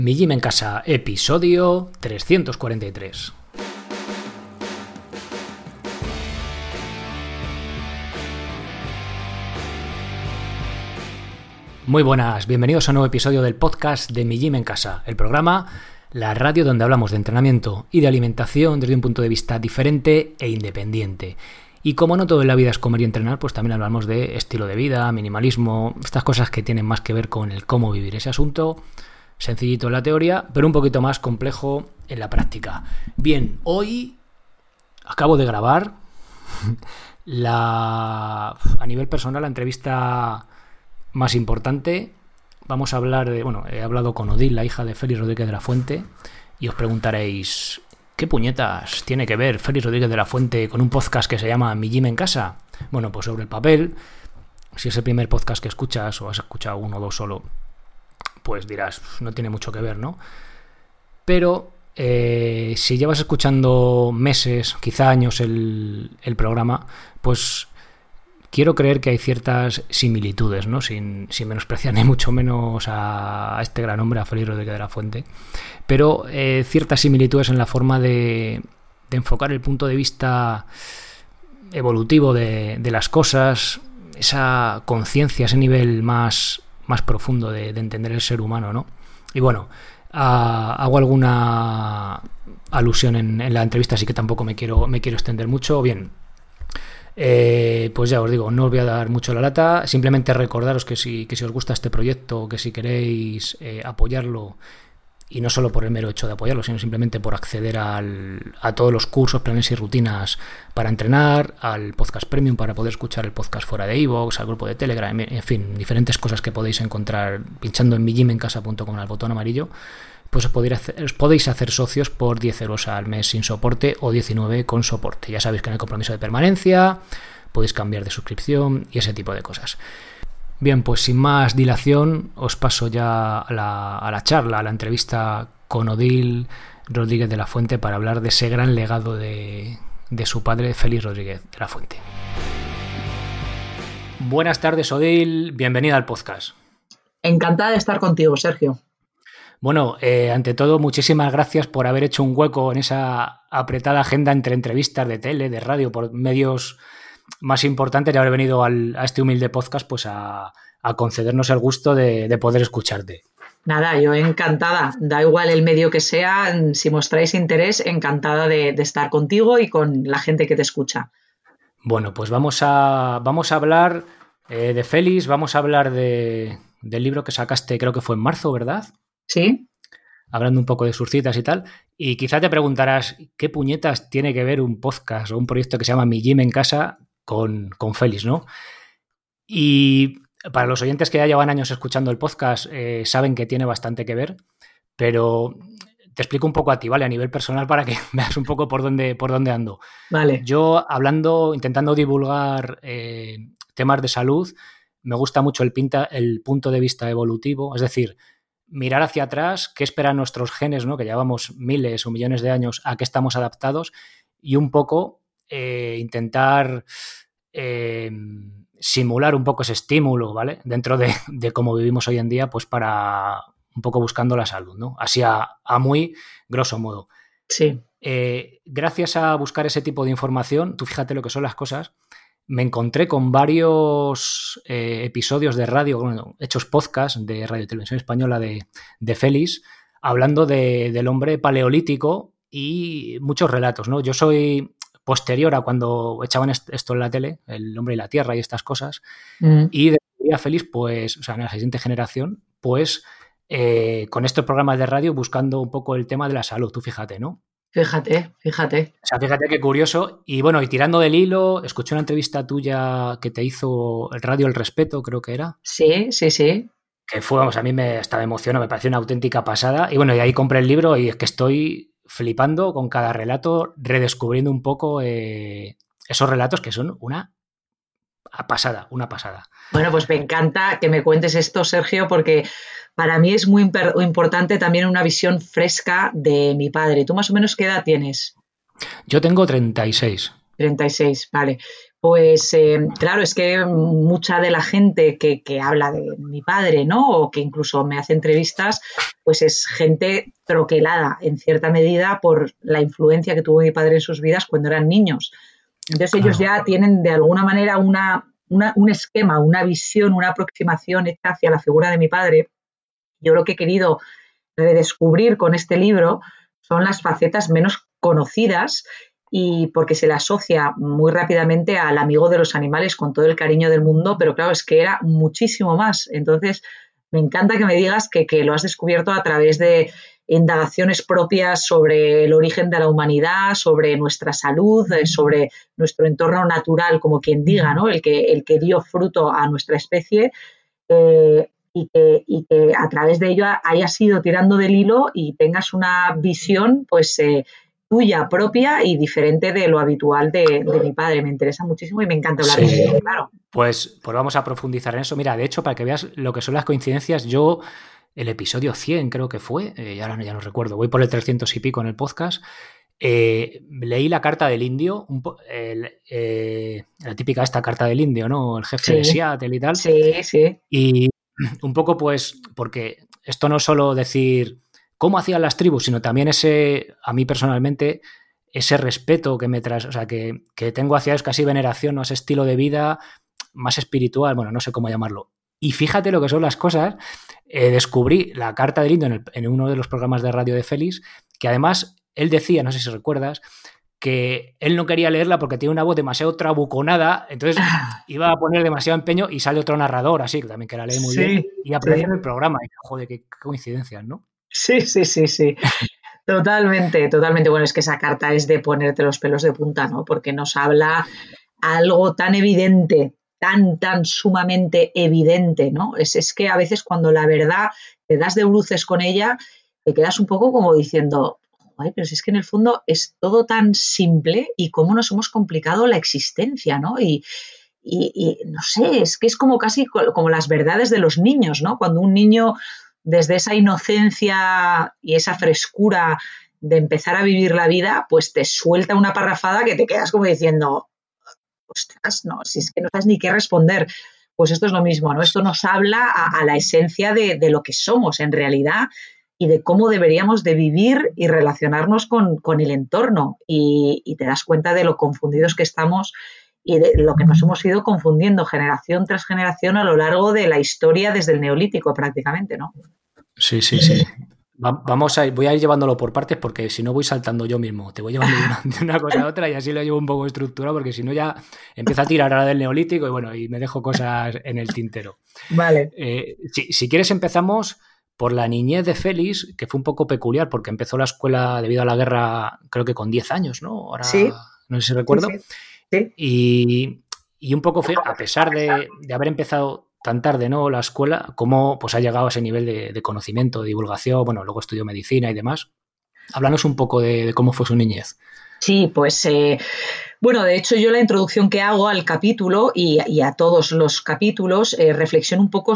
Mi Gym en Casa, episodio 343. Muy buenas, bienvenidos a un nuevo episodio del podcast de Mi Gym en Casa, el programa, la radio donde hablamos de entrenamiento y de alimentación desde un punto de vista diferente e independiente. Y como no todo en la vida es comer y entrenar, pues también hablamos de estilo de vida, minimalismo, estas cosas que tienen más que ver con el cómo vivir ese asunto. Sencillito en la teoría, pero un poquito más complejo en la práctica. Bien, hoy acabo de grabar a nivel personal la entrevista más importante. Vamos a hablar de... Bueno, he hablado con Odil, la hija de Félix Rodríguez de la Fuente, y os preguntaréis, ¿qué puñetas tiene que ver Félix Rodríguez de la Fuente con un podcast que se llama Mi Gym en Casa? Bueno, pues sobre el papel, si es el primer podcast que escuchas o has escuchado uno o dos solo, pues dirás, no tiene mucho que ver, ¿no? Pero si llevas escuchando meses, quizá años el programa, pues quiero creer que hay ciertas similitudes, ¿no? Sin menospreciar ni mucho menos a este gran hombre, a Félix Rodríguez de la Fuente, pero ciertas similitudes en la forma de enfocar el punto de vista evolutivo de las cosas, esa conciencia, ese nivel más profundo de entender el ser humano, ¿no? Y bueno, hago alguna alusión en la entrevista, así que tampoco me quiero extender mucho. Bien, pues ya os digo, no os voy a dar mucho la lata, simplemente recordaros que si os gusta este proyecto, que si queréis apoyarlo, y no solo por el mero hecho de apoyarlo, sino simplemente por acceder a todos los cursos, planes y rutinas para entrenar, al podcast premium para poder escuchar el podcast fuera de iVoox, al grupo de Telegram, en fin, diferentes cosas que podéis encontrar pinchando en migymencasa.com al botón amarillo, pues os podéis hacer socios por 10 euros al mes sin soporte o 19 con soporte. Ya sabéis que no hay compromiso de permanencia, podéis cambiar de suscripción y ese tipo de cosas. Bien, pues sin más dilación os paso ya a la charla, a la entrevista con Odil Rodríguez de la Fuente para hablar de ese gran legado de su padre, Félix Rodríguez de la Fuente. Buenas tardes, Odil, bienvenida al podcast. Encantada de estar contigo, Sergio. Bueno, ante todo, muchísimas gracias por haber hecho un hueco en esa apretada agenda entre entrevistas de tele, de radio, por medios más importante de haber venido a este humilde podcast pues a concedernos el gusto de poder escucharte. Nada, yo encantada, da igual el medio que sea, si mostráis interés, encantada de estar contigo y con la gente que te escucha. Bueno, pues vamos a hablar de Félix, vamos a hablar del libro que sacaste, creo que fue en marzo, ¿verdad? Sí. Hablando un poco de sus citas y tal, y quizá te preguntarás ¿qué puñetas tiene que ver un podcast o un proyecto que se llama Mi Gym en Casa con Félix, ¿no? Y para los oyentes que ya llevan años escuchando el podcast saben que tiene bastante que ver, pero te explico un poco a ti, ¿vale? A nivel personal para que veas un poco por dónde ando. Vale. Yo intentando divulgar temas de salud, me gusta mucho el punto de vista evolutivo, es decir, mirar hacia atrás, qué esperan nuestros genes, ¿no? Que llevamos miles o millones de años, a qué estamos adaptados, y un poco intentar simular un poco ese estímulo, ¿vale? Dentro de cómo vivimos hoy en día, pues para un poco buscando la salud, ¿no? Así a muy grosso modo. Sí. Gracias a buscar ese tipo de información, tú fíjate lo que son las cosas, me encontré con varios episodios de radio, bueno, hechos podcast de Radio y Televisión Española de Félix, hablando del hombre paleolítico y muchos relatos, ¿no? Yo soy posterior a cuando echaban esto en la tele, El hombre y la tierra y estas cosas, y descubrí a Félix, pues, o sea, en la siguiente generación, pues, con estos programas de radio buscando un poco el tema de la salud, tú fíjate, ¿no? Fíjate. O sea, fíjate qué curioso. Y bueno, y tirando del hilo, escuché una entrevista tuya que te hizo el Radio El Respeto, creo que era. Sí. Que fue, vamos, a mí me emocionó, me pareció una auténtica pasada. Y bueno, y ahí compré el libro y es que estoy flipando con cada relato, redescubriendo un poco esos relatos que son una pasada. Bueno, pues me encanta que me cuentes esto, Sergio, porque para mí es muy importante también una visión fresca de mi padre. ¿Tú más o menos qué edad tienes? Yo tengo 36. 36, vale. Pues claro, es que mucha de la gente que habla de mi padre, ¿no? O que incluso me hace entrevistas, pues es gente troquelada en cierta medida por la influencia que tuvo mi padre en sus vidas cuando eran niños. Entonces ellos Claro. ya tienen de alguna manera un esquema, una visión, una aproximación hecha hacia la figura de mi padre. Yo lo que he querido redescubrir con este libro son las facetas menos conocidas y porque se le asocia muy rápidamente al amigo de los animales con todo el cariño del mundo, pero claro, es que era muchísimo más. Entonces, me encanta que me digas que lo has descubierto a través de indagaciones propias sobre el origen de la humanidad, sobre nuestra salud, sobre nuestro entorno natural, como quien diga, ¿no? El que dio fruto a nuestra especie. Y que a través de ello hayas ido tirando del hilo y tengas una visión pues tuya propia y diferente de lo habitual de mi padre. Me interesa muchísimo y me encanta hablar de Sí, esto, claro. pues vamos a profundizar en eso. Mira, de hecho, para que veas lo que son las coincidencias, yo el episodio 100 creo que fue, ya no recuerdo, voy por el 300 y pico en el podcast, leí la carta del indio, la típica esta carta del indio, ¿no? El jefe de Sí, Seattle y tal, sí, sí. y un poco pues, porque esto no es solo decir cómo hacían las tribus, sino también a mí personalmente, ese respeto que me traes, o sea, que tengo hacia ellos, casi veneración, ¿no? Ese estilo de vida más espiritual, bueno, no sé cómo llamarlo. Y fíjate lo que son las cosas. Descubrí la carta del indio en uno de los programas de radio de Félix, que además él decía, no sé si recuerdas, que él no quería leerla porque tiene una voz demasiado trabuconada, entonces iba a poner demasiado empeño y sale otro narrador, así, que también que la lee muy bien, Sí, y aparece sí, en el programa. Y, joder, qué coincidencias, ¿no? sí, sí, sí, sí. Totalmente, totalmente. Bueno, es que esa carta es de ponerte los pelos de punta, ¿no? Porque nos habla algo tan evidente, tan sumamente evidente, ¿no? Es que a veces cuando la verdad te das de bruces con ella, te quedas un poco como diciendo, ay, pero si es que en el fondo es todo tan simple y cómo nos hemos complicado la existencia, ¿no? Y no sé, es que es como casi como las verdades de los niños, ¿no? Cuando un niño, desde esa inocencia y esa frescura de empezar a vivir la vida, pues te suelta una parrafada que te quedas como diciendo, ostras, no, si es que no sabes ni qué responder. Pues esto es lo mismo, ¿no? Esto nos habla a la esencia de lo que somos en realidad y de cómo deberíamos de vivir y relacionarnos con el entorno. Y te das cuenta de lo confundidos que estamos y de lo que nos hemos ido confundiendo generación tras generación a lo largo de la historia desde el Neolítico prácticamente, ¿no? Sí, sí, sí. Voy a ir llevándolo por partes porque si no voy saltando yo mismo. Te voy llevando de una cosa a otra y así lo llevo un poco estructurado porque si no ya empiezo a tirar ahora del neolítico y bueno, y me dejo cosas en el tintero. Vale. Si quieres empezamos por la niñez de Félix, que fue un poco peculiar porque empezó la escuela debido a la guerra creo que con 10 años, ¿no? Sí, Ahora no sé si sí, sí, recuerdo. sí. Y un poco, a pesar de haber empezado tan tarde, ¿no? La escuela, cómo pues ha llegado a ese nivel de conocimiento, de divulgación, bueno, luego estudió medicina y demás. Háblanos un poco de cómo fue su niñez. Sí, pues bueno, de hecho yo la introducción que hago al capítulo y a todos los capítulos reflexiono un poco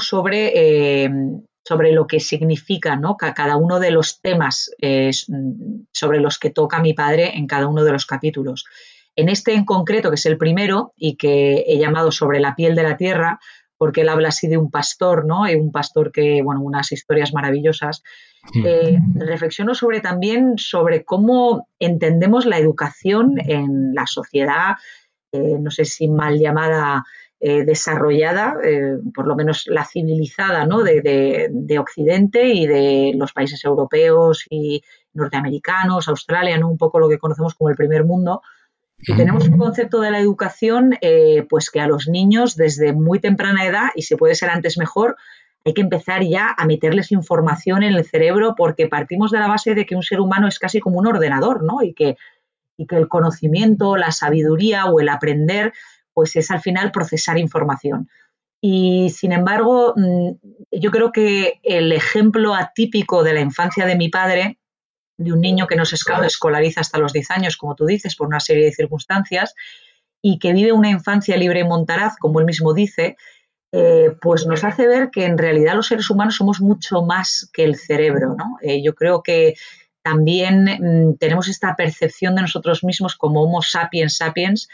sobre lo que significa, ¿no? Cada uno de los temas sobre los que toca mi padre en cada uno de los capítulos. En este en concreto, que es el primero y que he llamado Sobre la piel de la tierra, porque él habla así de un pastor, ¿no? Y un pastor que, bueno, unas historias maravillosas. Reflexiono también sobre cómo entendemos la educación en la sociedad, no sé si mal llamada desarrollada, por lo menos la civilizada, ¿no? de Occidente y de los países europeos y norteamericanos, Australia, ¿no? Un poco lo que conocemos como el primer mundo. Y tenemos un concepto de la educación, pues que a los niños desde muy temprana edad, y si puede ser antes mejor, hay que empezar ya a meterles información en el cerebro porque partimos de la base de que un ser humano es casi como un ordenador, ¿no? Y que el conocimiento, la sabiduría o el aprender, pues es al final procesar información. Y sin embargo, yo creo que el ejemplo atípico de la infancia de mi padre, de un niño que no se escolariza hasta los 10 años, como tú dices, por una serie de circunstancias, y que vive una infancia libre y montaraz, como él mismo dice, pues nos hace ver que en realidad los seres humanos somos mucho más que el cerebro, ¿no? Yo creo que también tenemos esta percepción de nosotros mismos como Homo sapiens sapiens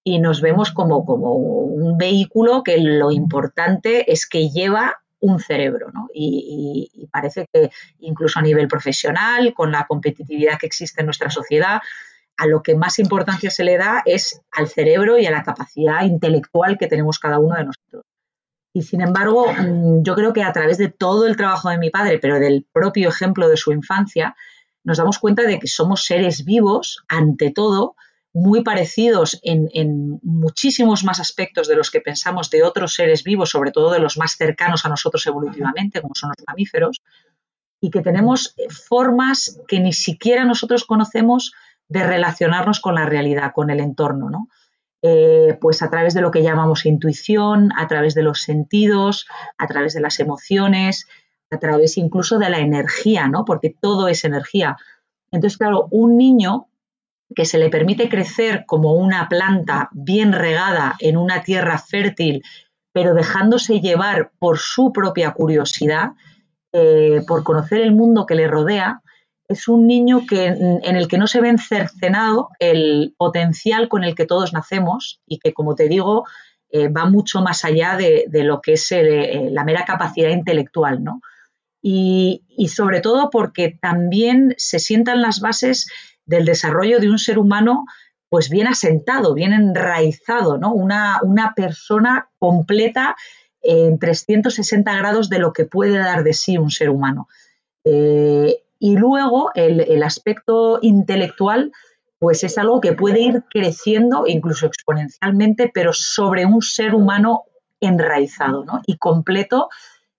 y nos vemos como un vehículo que lo importante es que lleva un cerebro, ¿no? Y parece que incluso a nivel profesional, con la competitividad que existe en nuestra sociedad, a lo que más importancia se le da es al cerebro y a la capacidad intelectual que tenemos cada uno de nosotros. Y sin embargo, yo creo que a través de todo el trabajo de mi padre, pero del propio ejemplo de su infancia, nos damos cuenta de que somos seres vivos, ante todo, muy parecidos en muchísimos más aspectos de los que pensamos de otros seres vivos, sobre todo de los más cercanos a nosotros evolutivamente, como son los mamíferos, y que tenemos formas que ni siquiera nosotros conocemos de relacionarnos con la realidad, con el entorno, ¿no? Pues a través de lo que llamamos intuición, a través de los sentidos, a través de las emociones, a través incluso de la energía, ¿no? Porque todo es energía. Entonces, claro, un niño que se le permite crecer como una planta bien regada en una tierra fértil, pero dejándose llevar por su propia curiosidad, por conocer el mundo que le rodea, es un niño en el que no se ve cercenado el potencial con el que todos nacemos y que, como te digo, va mucho más allá de lo que es la mera capacidad intelectual, ¿no? Y sobre todo porque también se sientan las bases del desarrollo de un ser humano pues bien asentado, bien enraizado, ¿no? Una persona completa en 360 grados de lo que puede dar de sí un ser humano. Y luego el aspecto intelectual pues es algo que puede ir creciendo incluso exponencialmente, pero sobre un ser humano enraizado, ¿no? Y completo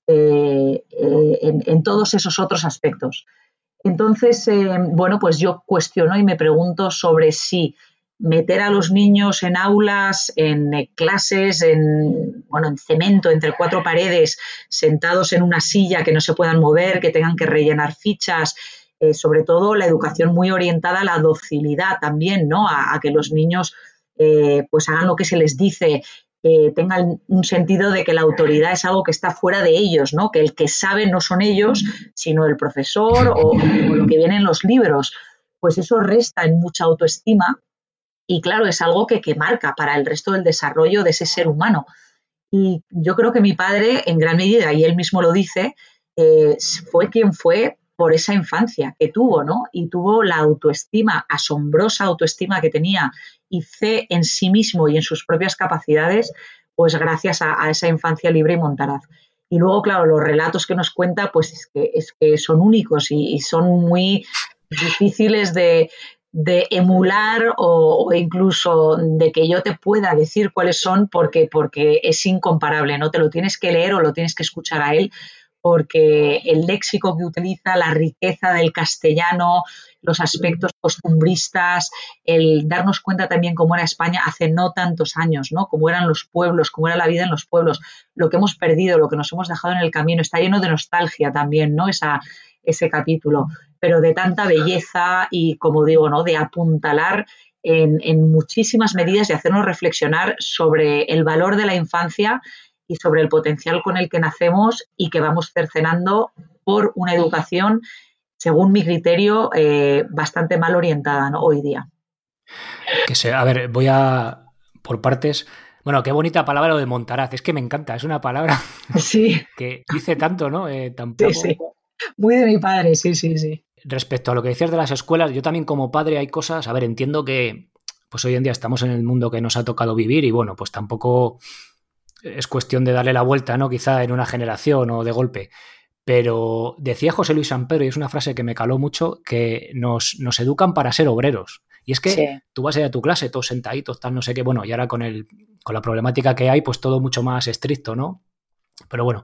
en todos esos otros aspectos. Entonces, bueno, pues yo cuestiono y me pregunto sobre si meter a los niños en aulas, en clases, en cemento, entre cuatro paredes, sentados en una silla que no se puedan mover, que tengan que rellenar fichas, sobre todo la educación muy orientada a la docilidad también, ¿no? A que los niños pues hagan lo que se les dice, tengan un sentido de que la autoridad es algo que está fuera de ellos, ¿no? Que el que sabe no son ellos, sino el profesor o lo que viene en los libros. Pues eso resta en mucha autoestima y claro, es algo que marca para el resto del desarrollo de ese ser humano. Y yo creo que mi padre, en gran medida, y él mismo lo dice, fue quien fue por esa infancia que tuvo, ¿no? Y tuvo la autoestima, asombrosa autoestima que tenía y fe en sí mismo y en sus propias capacidades, pues gracias a esa infancia libre y montaraz. Y luego, claro, los relatos que nos cuenta, pues es que son únicos y son muy difíciles de emular o incluso de que yo te pueda decir cuáles son porque es incomparable, ¿no? Te lo tienes que leer o lo tienes que escuchar a él porque el léxico que utiliza, la riqueza del castellano, los aspectos costumbristas, el darnos cuenta también cómo era España hace no tantos años, ¿no? Cómo eran los pueblos, cómo era la vida en los pueblos, lo que hemos perdido, lo que nos hemos dejado en el camino, está lleno de nostalgia también, ¿no? Ese capítulo, pero de tanta belleza y, como digo, ¿no? De apuntalar en muchísimas medidas y hacernos reflexionar sobre el valor de la infancia y sobre el potencial con el que nacemos y que vamos cercenando por una educación, según mi criterio, bastante mal orientada, ¿no? Hoy día. A ver, voy a por partes. Bueno, qué bonita palabra lo de montaraz. Es que me encanta, es una palabra sí. que dice tanto, ¿no? Tampoco... Sí. Muy de mi padre, sí. Respecto a lo que decías de las escuelas, yo también como padre hay cosas... A ver, entiendo que pues hoy en día estamos en el mundo que nos ha tocado vivir y bueno, pues tampoco es cuestión de darle la vuelta, ¿no? Quizá en una generación o de golpe. Pero decía José Luis Sampedro, y es una frase que me caló mucho, que nos educan para ser obreros. Y es que tú vas a ir a tu clase, todos sentaditos, tal, no sé qué, bueno, y ahora con la problemática que hay, pues todo mucho más estricto, ¿no? Pero bueno,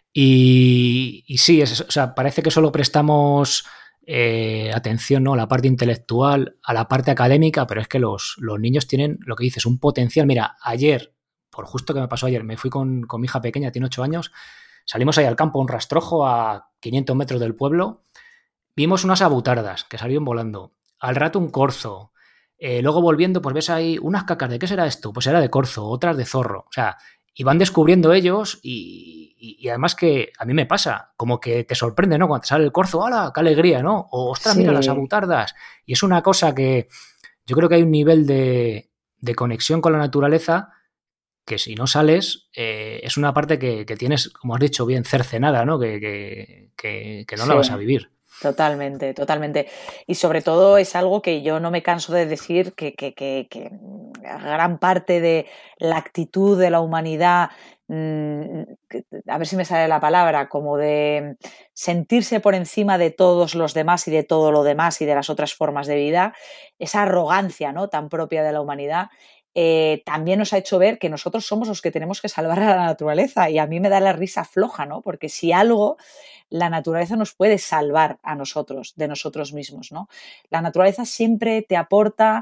y sí, o sea, parece que solo prestamos atención, ¿no? A la parte intelectual, a la parte académica, pero es que los niños tienen, lo que dices, un potencial. Mira, ayer, por justo que me pasó ayer, me fui con mi hija pequeña, tiene 8 años, salimos ahí al campo, un rastrojo a 500 metros del pueblo, vimos unas abutardas que salieron volando, al rato un corzo, luego volviendo pues ves ahí unas cacas, ¿de qué será esto? Pues era de corzo, otras de zorro, o sea, y van descubriendo ellos y además que a mí me pasa, como que te sorprende, ¿no? Cuando te sale el corzo, ¡hala! ¡Qué alegría!, ¿no? O, ¡ostras, mira las abutardas! Y es una cosa que yo creo que hay un nivel de de conexión con la naturaleza que si no sales es una parte que tienes, como has dicho bien, cercenada, ¿no? Que no la vas a vivir. Totalmente, totalmente. Y sobre todo es algo que yo no me canso de decir que gran parte de la actitud de la humanidad, a ver si me sale la palabra, como de sentirse por encima de todos los demás y de todo lo demás y de las otras formas de vida, esa arrogancia, ¿no?, tan propia de la humanidad, también nos ha hecho ver que nosotros somos los que tenemos que salvar a la naturaleza, y a mí me da la risa floja, ¿no? Porque si algo, la naturaleza nos puede salvar a nosotros, de nosotros mismos, ¿no? La naturaleza siempre te aporta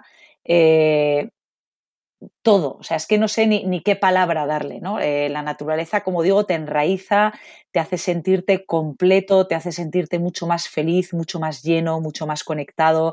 todo, o sea, es que no sé ni qué palabra darle, ¿no? La naturaleza, como digo, te enraiza, te hace sentirte completo, te hace sentirte mucho más feliz, mucho más lleno, mucho más conectado,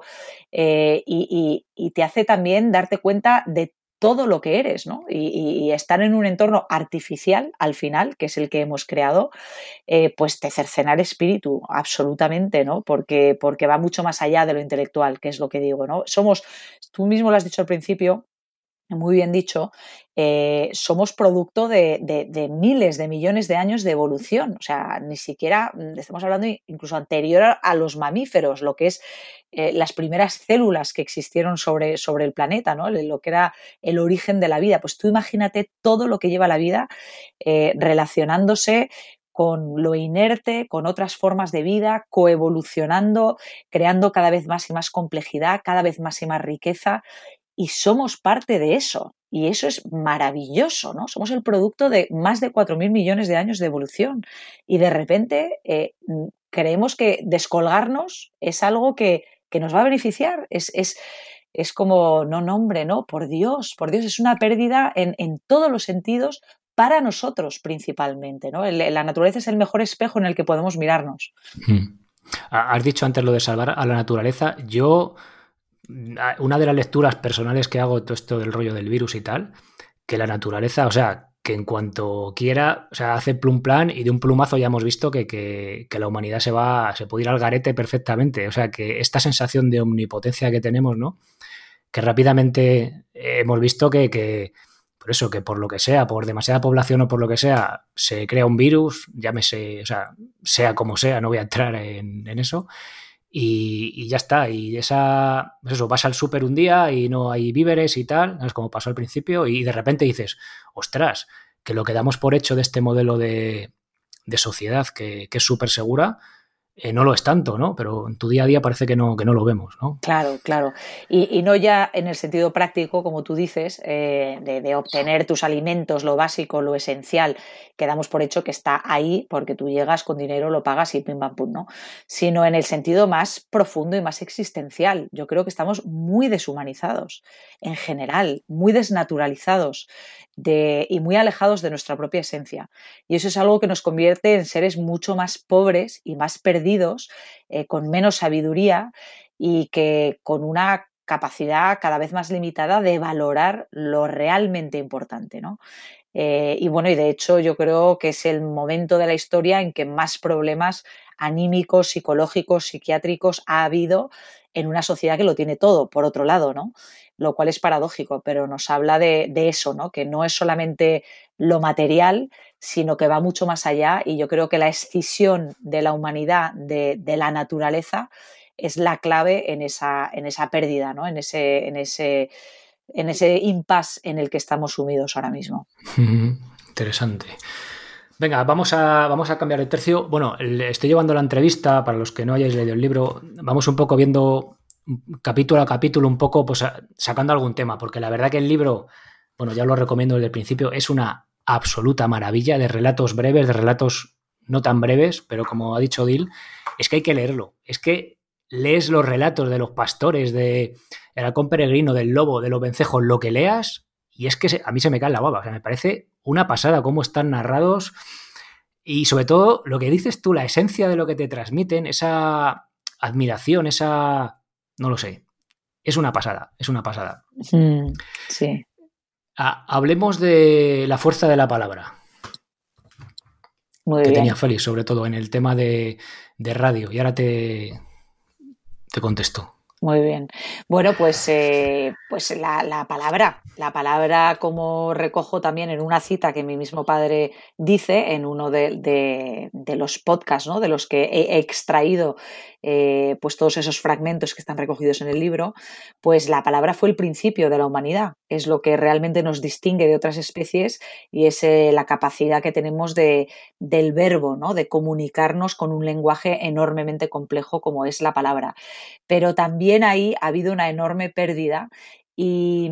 y te hace también darte cuenta de todo lo que eres, ¿no? Y estar en un entorno artificial, al final, que es el que hemos creado, pues te cercena el espíritu, absolutamente, ¿no? Porque va mucho más allá de lo intelectual, que es lo que digo, ¿no? Tú mismo lo has dicho al principio, muy bien dicho, somos producto de miles de millones de años de evolución. O sea, ni siquiera estamos hablando incluso anterior a los mamíferos, lo que es las primeras células que existieron sobre el planeta, ¿no? Lo que era el origen de la vida. Pues tú imagínate todo lo que lleva la vida relacionándose con lo inerte, con otras formas de vida, coevolucionando, creando cada vez más y más complejidad, cada vez más y más riqueza. Y somos parte de eso. Y eso es maravilloso, ¿no? Somos el producto de más de 4.000 millones de años de evolución. Y de repente creemos que descolgarnos es algo que nos va a beneficiar. Es como, no, hombre, no, por Dios, es una pérdida en todos los sentidos para nosotros principalmente, ¿no? La naturaleza es el mejor espejo en el que podemos mirarnos. Has dicho antes lo de salvar a la naturaleza. Yo... Una de las lecturas personales que hago, todo esto del rollo del virus y tal, que la naturaleza, o sea, que en cuanto quiera, o sea, hace plum plan, y de un plumazo ya hemos visto que la humanidad se puede ir al garete perfectamente. O sea, que esta sensación de omnipotencia que tenemos, ¿no? Que rápidamente hemos visto que por eso, que por lo que sea, por demasiada población o por lo que sea, se crea un virus, llámese, o sea como sea, no voy a entrar en eso. Y ya está, y pues eso, vas al súper un día y no hay víveres y tal, es como pasó al principio, y de repente dices, ostras, que lo que damos por hecho de este modelo de sociedad que es súper segura, no lo es tanto, ¿no? Pero en tu día a día parece que no lo vemos, ¿no? Claro. Y no ya en el sentido práctico, como tú dices, de obtener tus alimentos, lo básico, lo esencial, que damos por hecho que está ahí porque tú llegas con dinero, lo pagas y pim pam pum, ¿no? Sino en el sentido más profundo y más existencial. Yo creo que estamos muy deshumanizados en general, muy desnaturalizados y muy alejados de nuestra propia esencia. Y eso es algo que nos convierte en seres mucho más pobres y más perdidos, con menos sabiduría y que con una capacidad cada vez más limitada de valorar lo realmente importante, ¿no? Y bueno, y de hecho yo creo que es el momento de la historia en que más problemas anímicos, psicológicos, psiquiátricos ha habido en una sociedad que lo tiene todo, por otro lado, ¿no? Lo cual es paradójico, pero nos habla de eso, ¿no? Que no es solamente lo material, sino que va mucho más allá, y yo creo que la escisión de la humanidad de la naturaleza es la clave en esa pérdida, ¿no? En ese impasse en el que estamos sumidos ahora mismo. Interesante. Venga, vamos a cambiar de tercio. Bueno, estoy llevando la entrevista, para los que no hayáis leído el libro, vamos un poco viendo capítulo a capítulo, un poco pues sacando algún tema, porque la verdad que el libro, bueno, ya lo recomiendo desde el principio, es una absoluta maravilla de relatos breves, de relatos no tan breves, pero como ha dicho Odil, es que hay que leerlo. Es que lees los relatos de los pastores, de el halcón peregrino, del lobo, de los vencejos, lo que leas, y es que a mí se me cae la baba. O sea, me parece una pasada cómo están narrados, y sobre todo lo que dices tú, la esencia de lo que te transmiten, esa admiración, no lo sé, es una pasada. Sí. Hablemos de la fuerza de la palabra. Muy que bien. Tenía Félix, sobre todo en el tema de radio, y ahora te contesto. Muy bien. Bueno, pues la palabra, como recojo también en una cita que mi mismo padre dice en uno de los podcasts, ¿no? De los que he extraído pues todos esos fragmentos que están recogidos en el libro, pues la palabra fue el principio de la humanidad, es lo que realmente nos distingue de otras especies y es la capacidad que tenemos del verbo, ¿no? De comunicarnos con un lenguaje enormemente complejo como es la palabra. Pero también ahí ha habido una enorme pérdida y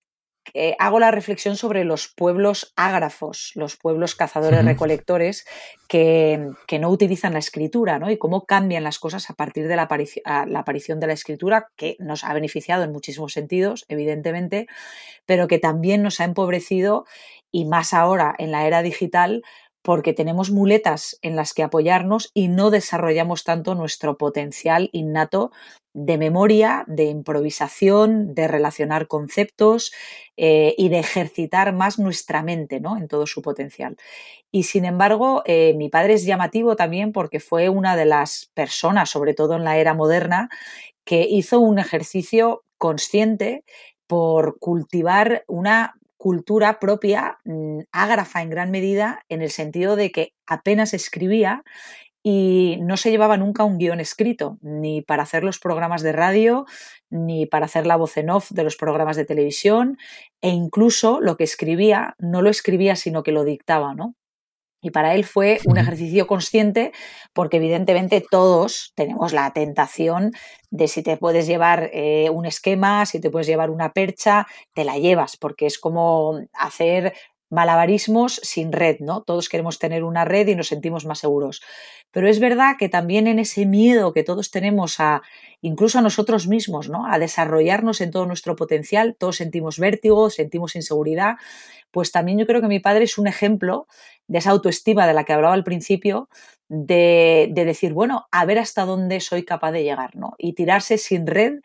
hago la reflexión sobre los pueblos ágrafos, los pueblos cazadores-recolectores que no utilizan la escritura, ¿no? Y cómo cambian las cosas a partir de la aparición de la escritura, que nos ha beneficiado en muchísimos sentidos, evidentemente, pero que también nos ha empobrecido, y más ahora en la era digital, porque tenemos muletas en las que apoyarnos y no desarrollamos tanto nuestro potencial innato de memoria, de improvisación, de relacionar conceptos y de ejercitar más nuestra mente, ¿no? En todo su potencial. Y sin embargo, mi padre es llamativo también porque fue una de las personas, sobre todo en la era moderna, que hizo un ejercicio consciente por cultivar una cultura propia, ágrafa en gran medida, en el sentido de que apenas escribía y no se llevaba nunca un guión escrito, ni para hacer los programas de radio, ni para hacer la voz en off de los programas de televisión, e incluso lo que escribía no lo escribía, sino que lo dictaba, ¿no? Y para él fue un ejercicio consciente porque evidentemente todos tenemos la tentación de si te puedes llevar un esquema, si te puedes llevar una percha, te la llevas porque es como hacer malabarismos sin red, ¿no? Todos queremos tener una red y nos sentimos más seguros. Pero es verdad que también en ese miedo que todos tenemos incluso a nosotros mismos, ¿no? A desarrollarnos en todo nuestro potencial, todos sentimos vértigo, sentimos inseguridad, pues también yo creo que mi padre es un ejemplo de esa autoestima de la que hablaba al principio, de decir, bueno, a ver hasta dónde soy capaz de llegar, ¿no? Y tirarse sin red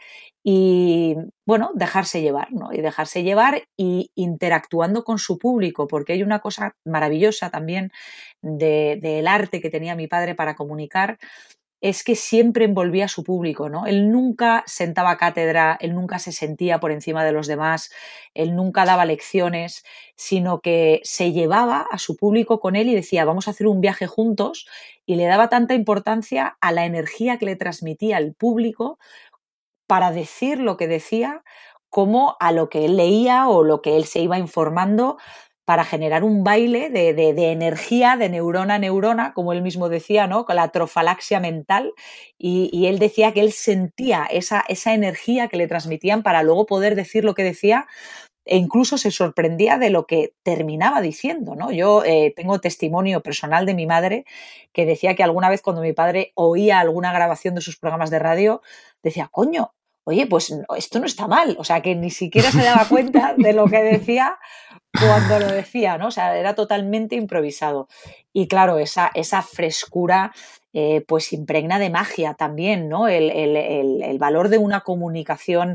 y, bueno, dejarse llevar, ¿no? Y dejarse llevar y interactuando con su público, porque hay una cosa maravillosa también del arte que tenía mi padre para comunicar, es que siempre envolvía a su público, ¿no? Él nunca sentaba cátedra, él nunca se sentía por encima de los demás, él nunca daba lecciones, sino que se llevaba a su público con él y decía, vamos a hacer un viaje juntos, y le daba tanta importancia a la energía que le transmitía al público para decir lo que decía, como a lo que él leía o lo que él se iba informando, para generar un baile de energía, de neurona a neurona, como él mismo decía, ¿no? Con la trofalaxia mental, y él decía que él sentía esa energía que le transmitían para luego poder decir lo que decía, e incluso se sorprendía de lo que terminaba diciendo, ¿no? Yo tengo testimonio personal de mi madre que decía que alguna vez cuando mi padre oía alguna grabación de sus programas de radio, decía, coño, oye, pues esto no está mal, o sea, que ni siquiera se daba cuenta de lo que decía cuando lo decía, ¿no? O sea, era totalmente improvisado. Y claro, esa frescura pues impregna de magia también, ¿no? El valor de una comunicación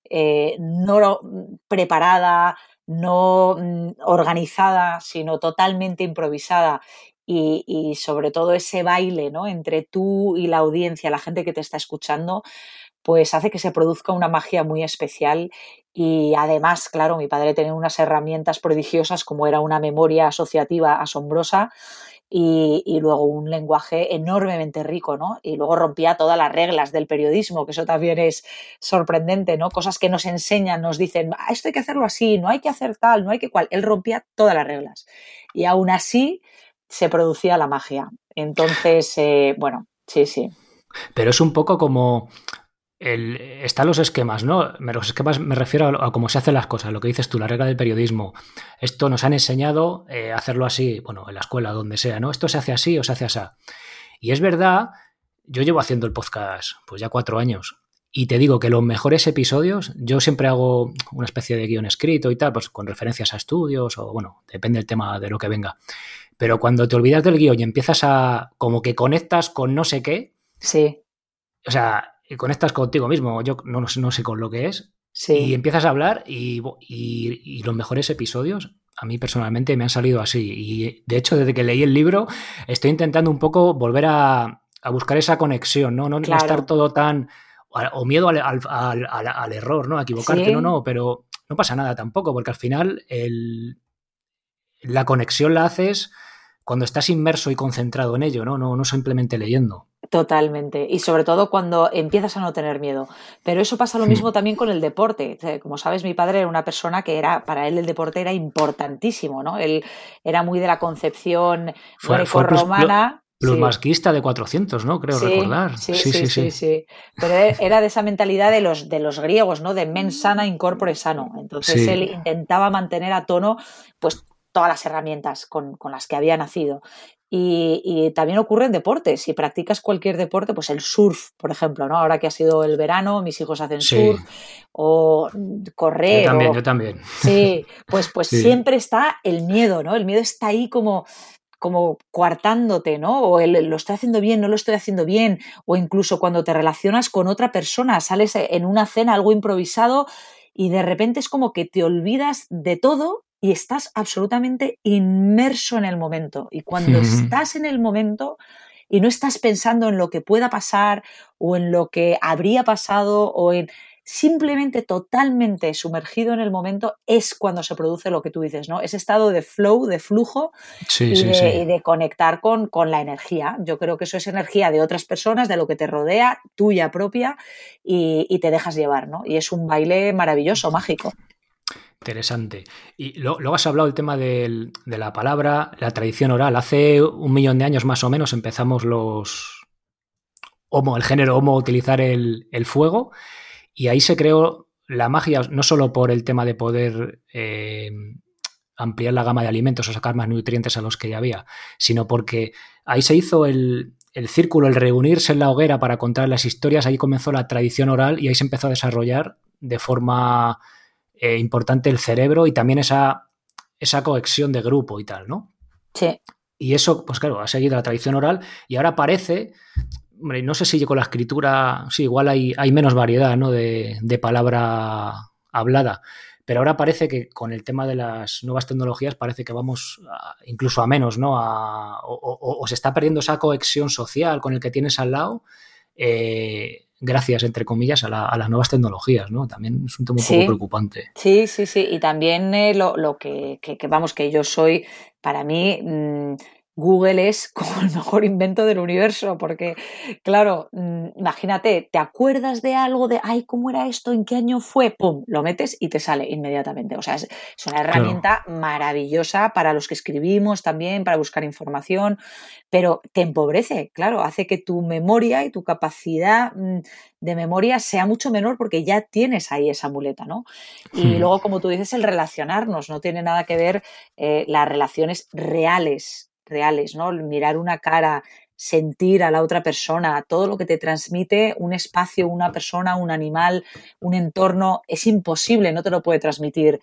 no preparada, no organizada, sino totalmente improvisada. Y sobre todo ese baile, ¿no? Entre tú y la audiencia, la gente que te está escuchando, pues hace que se produzca una magia muy especial. Y además, claro, mi padre tenía unas herramientas prodigiosas como era una memoria asociativa asombrosa y luego un lenguaje enormemente rico, ¿no? Y luego rompía todas las reglas del periodismo, que eso también es sorprendente, ¿no? Cosas que nos enseñan, nos dicen, esto hay que hacerlo así, no hay que hacer tal, no hay que cual. Él rompía todas las reglas y aún así se producía la magia. Entonces, bueno, sí. Pero es un poco como... están los esquemas, ¿no? Los esquemas me refiero a cómo se hacen las cosas, lo que dices tú, la regla del periodismo. Esto nos han enseñado a hacerlo así, bueno, en la escuela, donde sea, ¿no? Esto se hace así o se hace así. Y es verdad, yo llevo haciendo el podcast pues ya 4 años y te digo que los mejores episodios, yo siempre hago una especie de guión escrito y tal, pues con referencias a estudios o, bueno, depende del tema de lo que venga. Pero cuando te olvidas del guión y empiezas a, como que conectas con no sé qué, sí. O sea, conectas contigo mismo, yo no sé con lo que es, sí. Y empiezas a hablar y los mejores episodios a mí personalmente me han salido así. Y de hecho, desde que leí el libro, estoy intentando un poco volver a buscar esa conexión, ¿no? No Claro. estar todo tan o miedo al error, ¿no? A equivocarte, Sí. no, pero no pasa nada tampoco, porque al final la conexión la haces cuando estás inmerso y concentrado en ello, ¿no? No simplemente leyendo. Totalmente. Y sobre todo cuando empiezas a no tener miedo. Pero eso pasa lo mismo también con el deporte. Como sabes, mi padre era una persona que para él el deporte era importantísimo, ¿no? Él era muy de la concepción Fue grecorromana. Sí. plusmasquista de 400, ¿no? Creo Sí, recordar. sí, Sí, sí, sí, sí, sí. sí. Pero era de esa mentalidad de los griegos, ¿no? De mens sana in corpore sano. Entonces Sí. él intentaba mantener a tono, pues, todas las herramientas con las que había nacido. Y también ocurre en deportes. Si practicas cualquier deporte, pues el surf, por ejemplo, ¿no? Ahora que ha sido el verano, mis hijos hacen Sí. surf, o Yo correr, también, o yo también. sí, pues Sí. siempre está el miedo, ¿no? El miedo está ahí como coartándote, ¿no? O lo estoy haciendo bien, no lo estoy haciendo bien, o incluso cuando te relacionas con otra persona, sales en una cena, algo improvisado, y de repente es como que te olvidas de todo y estás absolutamente inmerso en el momento. Y cuando estás en el momento y no estás pensando en lo que pueda pasar o en lo que habría pasado o en simplemente totalmente sumergido en el momento, es cuando se produce lo que tú dices, ¿no? Ese estado de flow, de flujo, Sí, y sí, sí. de conectar con la energía. Yo creo que eso es energía de otras personas, de lo que te rodea, tuya propia, y te dejas llevar, ¿no? Y es un baile maravilloso, mágico. Interesante. Y luego has hablado del tema de la palabra, la tradición oral. Hace 1.000.000 de años más o menos empezamos el género Homo a utilizar el fuego, y ahí se creó la magia, no solo por el tema de poder ampliar la gama de alimentos o sacar más nutrientes a los que ya había, sino porque ahí se hizo el círculo, el reunirse en la hoguera para contar las historias. Ahí comenzó la tradición oral y ahí se empezó a desarrollar de forma importante el cerebro y también esa cohesión de grupo y tal, ¿no? Sí. Y eso, pues claro, ha seguido la tradición oral y ahora parece, hombre, no sé si con la escritura, sí, igual hay menos variedad, ¿no? de palabra hablada, pero ahora parece que con el tema de las nuevas tecnologías parece que vamos incluso a menos, ¿no? O se está perdiendo esa cohesión social con el que tienes al lado, gracias, entre comillas, a las nuevas tecnologías, ¿no? También es un tema un poco Sí, preocupante. sí, sí, sí. Y también lo vamos, que yo soy, para mí, Google es como el mejor invento del universo, porque, claro, imagínate, te acuerdas de algo, de, ay, ¿cómo era esto? ¿En qué año fue? ¡Pum! Lo metes y te sale inmediatamente. O sea, es una Claro. herramienta maravillosa para los que escribimos también, para buscar información, pero te empobrece, claro, hace que tu memoria y tu capacidad de memoria sea mucho menor porque ya tienes ahí esa muleta, ¿no? Y luego, como tú dices, el relacionarnos, no tiene nada que ver las relaciones reales, ¿no? Mirar una cara, sentir a la otra persona, todo lo que te transmite un espacio, una persona, un animal, un entorno, es imposible, no te lo puede transmitir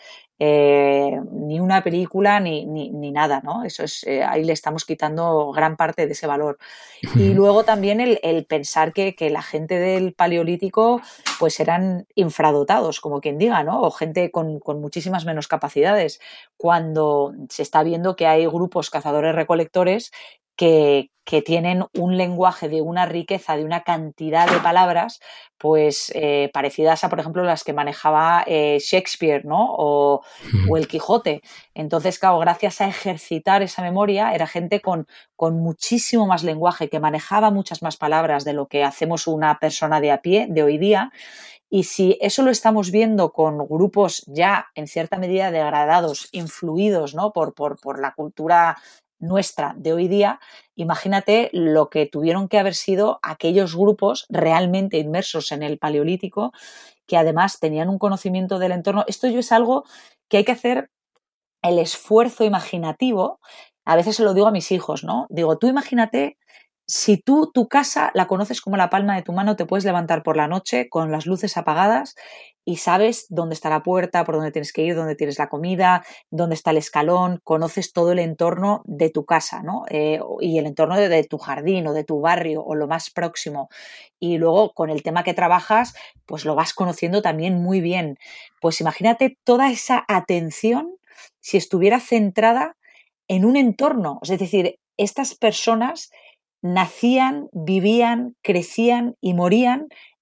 ni una película ni nada, ¿no? Eso es, ahí le estamos quitando gran parte de ese valor. Y luego también el pensar que la gente del Paleolítico pues eran infradotados, como quien diga, ¿no? O gente con muchísimas menos capacidades, cuando se está viendo que hay grupos cazadores-recolectores que tienen un lenguaje de una riqueza, de una cantidad de palabras, pues parecidas a, por ejemplo, las que manejaba Shakespeare, ¿no? O el Quijote. Entonces, claro, gracias a ejercitar esa memoria, era gente con muchísimo más lenguaje, que manejaba muchas más palabras de lo que hacemos una persona de a pie de hoy día. Y si eso lo estamos viendo con grupos ya en cierta medida degradados, influidos, ¿no? por la cultura nuestra de hoy día, imagínate lo que tuvieron que haber sido aquellos grupos realmente inmersos en el Paleolítico, que además tenían un conocimiento del entorno. Esto yo es algo que hay que hacer el esfuerzo imaginativo. A veces se lo digo a mis hijos, ¿no? Digo, tú imagínate, si tú tu casa la conoces como la palma de tu mano, te puedes levantar por la noche con las luces apagadas y sabes dónde está la puerta, por dónde tienes que ir, dónde tienes la comida, dónde está el escalón, conoces todo el entorno de tu casa, ¿no? Y el entorno de tu jardín o de tu barrio o lo más próximo. Y luego con el tema que trabajas, pues lo vas conociendo también muy bien. Pues imagínate toda esa atención si estuviera centrada en un entorno. Es decir, estas personas nacían, vivían, crecían y morían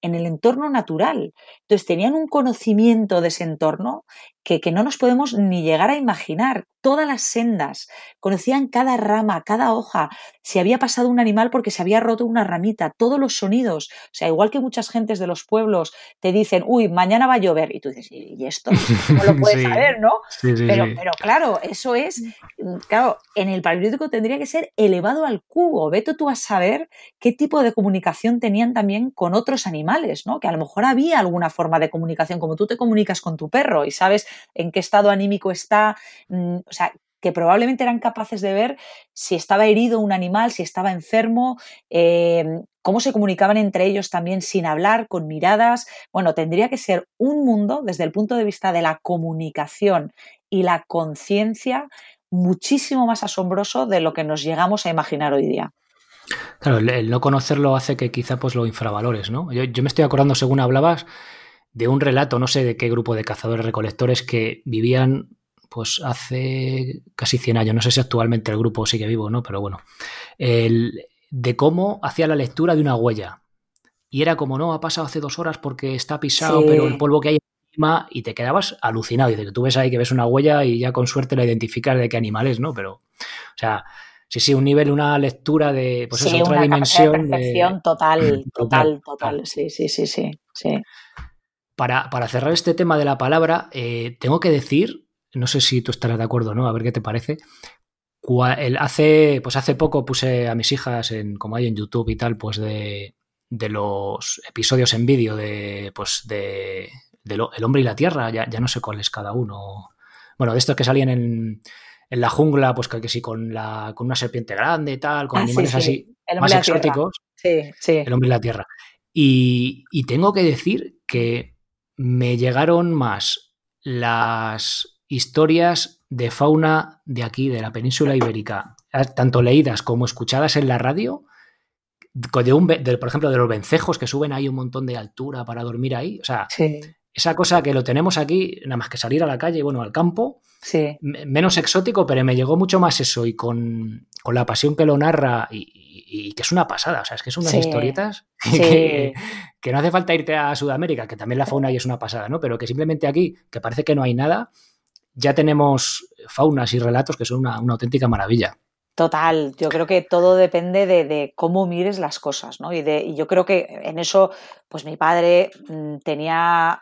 en el entorno natural. Entonces tenían un conocimiento de ese entorno que no nos podemos ni llegar a imaginar. Todas las sendas, conocían cada rama, cada hoja, si había pasado un animal porque se había roto una ramita, todos los sonidos. O sea, igual que muchas gentes de los pueblos te dicen, uy, mañana va a llover. Y tú dices, ¿y esto? ¿Cómo lo puedes saber, no? Sí, pero claro, eso es, claro, en el Paleolítico tendría que ser elevado al cubo. Vete tú a saber qué tipo de comunicación tenían también con otros animales, ¿no? Que a lo mejor había alguna forma de comunicación, como tú te comunicas con tu perro y sabes en qué estado anímico está, o sea, que probablemente eran capaces de ver si estaba herido un animal, si estaba enfermo, cómo se comunicaban entre ellos también sin hablar, con miradas. Bueno, tendría que ser un mundo, desde el punto de vista de la comunicación y la conciencia, muchísimo más asombroso de lo que nos llegamos a imaginar hoy día. Claro, el no conocerlo hace que quizá pues lo infravalores, ¿no? Yo me estoy acordando, según hablabas, de un relato, no sé de qué grupo de cazadores-recolectores que vivían pues hace casi 100 años. No sé si actualmente el grupo sigue vivo, ¿no? Pero bueno, de cómo hacía la lectura de una huella. Y era como, no, ha pasado hace 2 horas porque está pisado, Sí. pero el polvo que hay encima, y te quedabas alucinado. Y que tú ves ahí que ves una huella y ya con suerte la identificas de qué animal es, ¿no? Pero, o sea, sí, un nivel, una lectura de, pues sí, eso, otra una dimensión. Capacidad de percepción total. Total. Sí. Para cerrar este tema de la palabra, tengo que decir, no sé si tú estarás de acuerdo, ¿no? A ver qué te parece. Hace poco puse a mis hijas, como hay en YouTube y tal, pues de los episodios en vídeo de El hombre y la tierra, ya no sé cuál es cada uno. Bueno, de estos que salían en la jungla, pues que sí, con una serpiente grande y tal, con animales así más exóticos. Sí. El hombre y la tierra. Y tengo que decir que me llegaron más las historias de fauna de aquí, de la península ibérica, tanto leídas como escuchadas en la radio, por ejemplo, de los vencejos que suben ahí un montón de altura para dormir ahí. O sea, esa cosa que lo tenemos aquí, nada más que salir a la calle, bueno, al campo, menos exótico, pero me llegó mucho más eso, y con la pasión que lo narra, y que es una pasada. O sea, es que son unas historietas que no hace falta irte a Sudamérica, que también la fauna ahí es una pasada, ¿no? Pero que simplemente aquí, que parece que no hay nada, ya tenemos faunas y relatos que son una auténtica maravilla. Total, yo creo que todo depende de cómo mires las cosas, ¿no? Y yo creo que en eso, pues mi padre tenía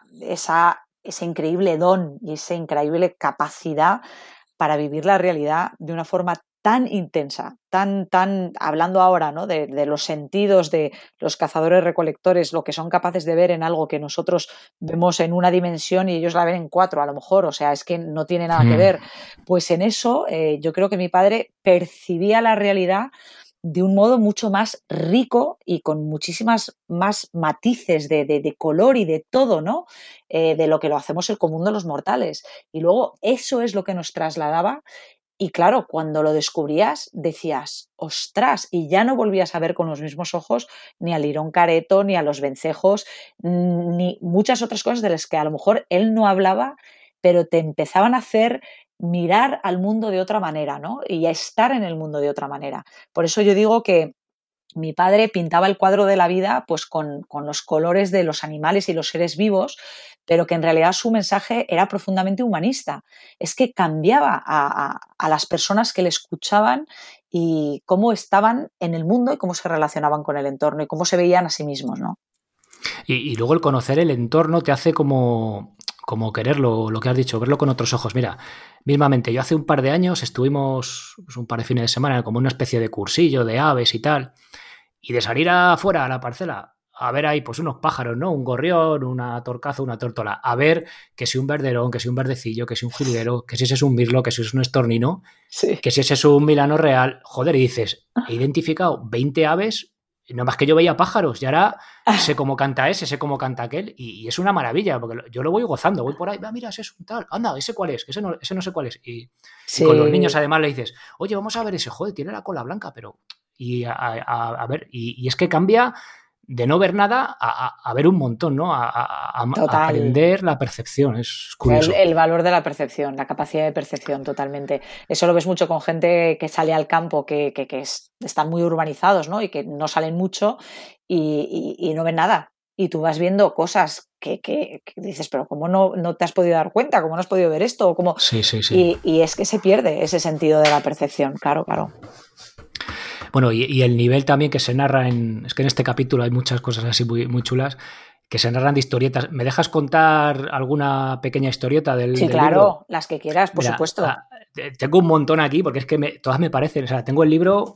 ese increíble don y esa increíble capacidad para vivir la realidad de una forma tan intensa, tan, hablando ahora, ¿no? de los sentidos de los cazadores-recolectores, lo que son capaces de ver en algo que nosotros vemos en una dimensión y ellos la ven en 4, a lo mejor, o sea, es que no tiene nada que ver. Pues en eso yo creo que mi padre percibía la realidad de un modo mucho más rico y con muchísimas más matices de color y de todo, ¿no? De lo que lo hacemos el común de los mortales. Y luego eso es lo que nos trasladaba. Y claro, cuando lo descubrías decías, ostras, y ya no volvías a ver con los mismos ojos ni al lirón careto, ni a los vencejos, ni muchas otras cosas de las que a lo mejor él no hablaba, pero te empezaban a hacer mirar al mundo de otra manera, ¿no? Y a estar en el mundo de otra manera. Por eso yo digo que mi padre pintaba el cuadro de la vida pues con los colores de los animales y los seres vivos, pero que en realidad su mensaje era profundamente humanista. Es que cambiaba a las personas que le escuchaban y cómo estaban en el mundo y cómo se relacionaban con el entorno y cómo se veían a sí mismos, ¿no? Y luego el conocer el entorno te hace como quererlo, lo que has dicho, verlo con otros ojos. Mira, mismamente, yo hace un par de años estuvimos pues, un par de fines de semana como una especie de cursillo de aves y tal, y de salir afuera a la parcela a ver ahí pues unos pájaros, ¿no? Un gorrión, una torcaza, una tórtola, a ver que si un verderón, que si un verdecillo, que si un jilguero, que si ese es un mirlo, que si es un estornino, que si ese es un milano real. Joder, y dices, he identificado 20 aves. No más que yo veía pájaros y ahora sé cómo canta ese, sé cómo canta aquel, y es una maravilla, porque yo lo voy gozando, voy por ahí, mira, ese es un tal, anda, ese cuál es, ese no sé cuál es. Y con los niños además le dices, oye, vamos a ver ese, joder, tiene la cola blanca, pero... Y a ver, y es que cambia de no ver nada a ver un montón, ¿no? A aprender la percepción, es curioso. El valor de la percepción, la capacidad de percepción, totalmente. Eso lo ves mucho con gente que sale al campo, que están muy urbanizados, ¿no? Y que no salen mucho y no ven nada. y tú vas viendo cosas que dices, pero ¿cómo no te has podido dar cuenta? ¿Cómo no has podido ver esto? ¿Cómo? Sí. Y es que se pierde ese sentido de la percepción, claro. Bueno, y el nivel también que se narra es que en este capítulo hay muchas cosas así muy, muy chulas que se narran de historietas. ¿Me dejas contar alguna pequeña historieta del Sí, claro, libro? las que quieras, por supuesto. Tengo un montón aquí porque es que todas me parecen, o sea, tengo el libro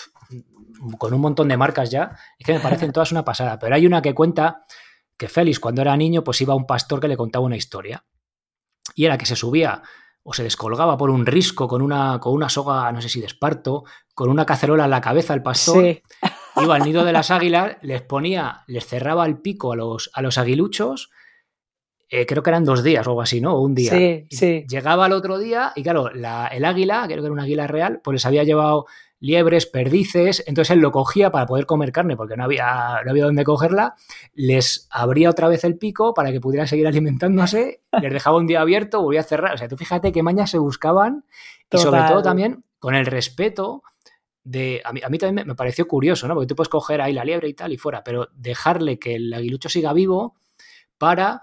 con un montón de marcas ya, es que me parecen todas una pasada, pero hay una que cuenta que Félix cuando era niño pues iba a un pastor que le contaba una historia y era que se subía o se descolgaba por un risco con una soga, no sé si de esparto, con una cacerola en la cabeza el pastor, sí. Iba al nido de las águilas, les cerraba el pico a los aguiluchos, creo que eran 2 días o algo así, ¿no? O un día. Sí. Llegaba al otro día y claro, el águila, creo que era una águila real, pues les había llevado liebres, perdices, entonces él lo cogía para poder comer carne porque no había dónde cogerla, les abría otra vez el pico para que pudieran seguir alimentándose, les dejaba un día abierto, volvía a cerrar. O sea, tú fíjate qué mañas se buscaban. Total. Y sobre todo también con el respeto a mí también me pareció curioso, ¿no? Porque tú puedes coger ahí la liebre y tal y fuera, pero dejarle que el aguilucho siga vivo para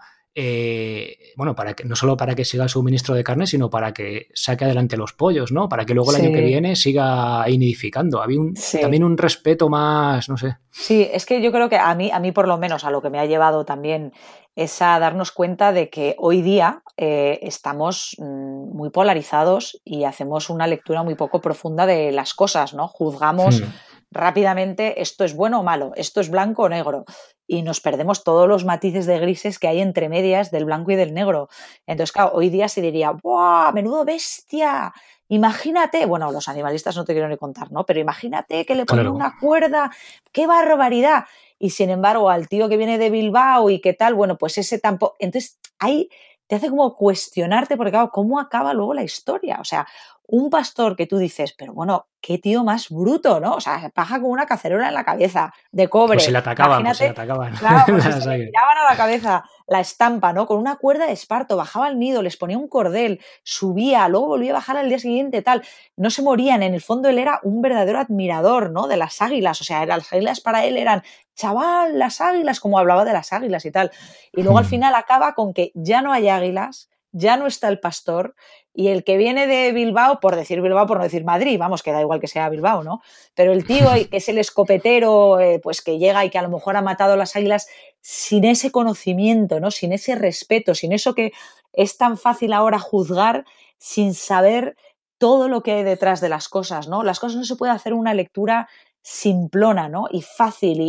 para que no solo para que siga el suministro de carne, sino para que saque adelante los pollos, ¿no? Para que luego el año que viene siga ahí nidificando. Había también un respeto más, no sé. Sí, es que yo creo que a mí por lo menos a lo que me ha llevado también es a darnos cuenta de que hoy día estamos muy polarizados y hacemos una lectura muy poco profunda de las cosas, ¿no? Juzgamos rápidamente esto es bueno o malo, esto es blanco o negro y nos perdemos todos los matices de grises que hay entre medias del blanco y del negro. Entonces, claro, hoy día se diría ¡buah, menudo bestia! Imagínate, bueno, los animalistas no te quiero ni contar, ¿no? Pero imagínate que le ponen una cuerda, ¡qué barbaridad! Y sin embargo, al tío que viene de Bilbao y qué tal, bueno, pues ese tampoco. Entonces, ahí te hace como cuestionarte, porque claro, ¿cómo acaba luego la historia? O sea, un pastor que tú dices, pero bueno, qué tío más bruto, ¿no? O sea, paja con una cacerola en la cabeza, de cobre. Pues si la atacaban, Claro, pues si se le tiraban a la cabeza la estampa, ¿no? Con una cuerda de esparto, bajaba al nido, les ponía un cordel, subía, luego volvía a bajar al día siguiente, tal. No se morían, en el fondo él era un verdadero admirador, ¿no? De las águilas, o sea, las águilas para él eran, chaval, las águilas, como hablaba de las águilas y tal. Y luego al final acaba con que ya no hay águilas, ya no está el pastor y el que viene de Bilbao, por decir Bilbao, por no decir Madrid, vamos, que da igual que sea Bilbao, ¿no? Pero el tío que es el escopetero, pues que llega y que a lo mejor ha matado a las águilas sin ese conocimiento, ¿no? Sin ese respeto, sin eso que es tan fácil ahora juzgar sin saber todo lo que hay detrás de las cosas, ¿no? Las cosas no se puede hacer una lectura simplona, ¿no? Y fácil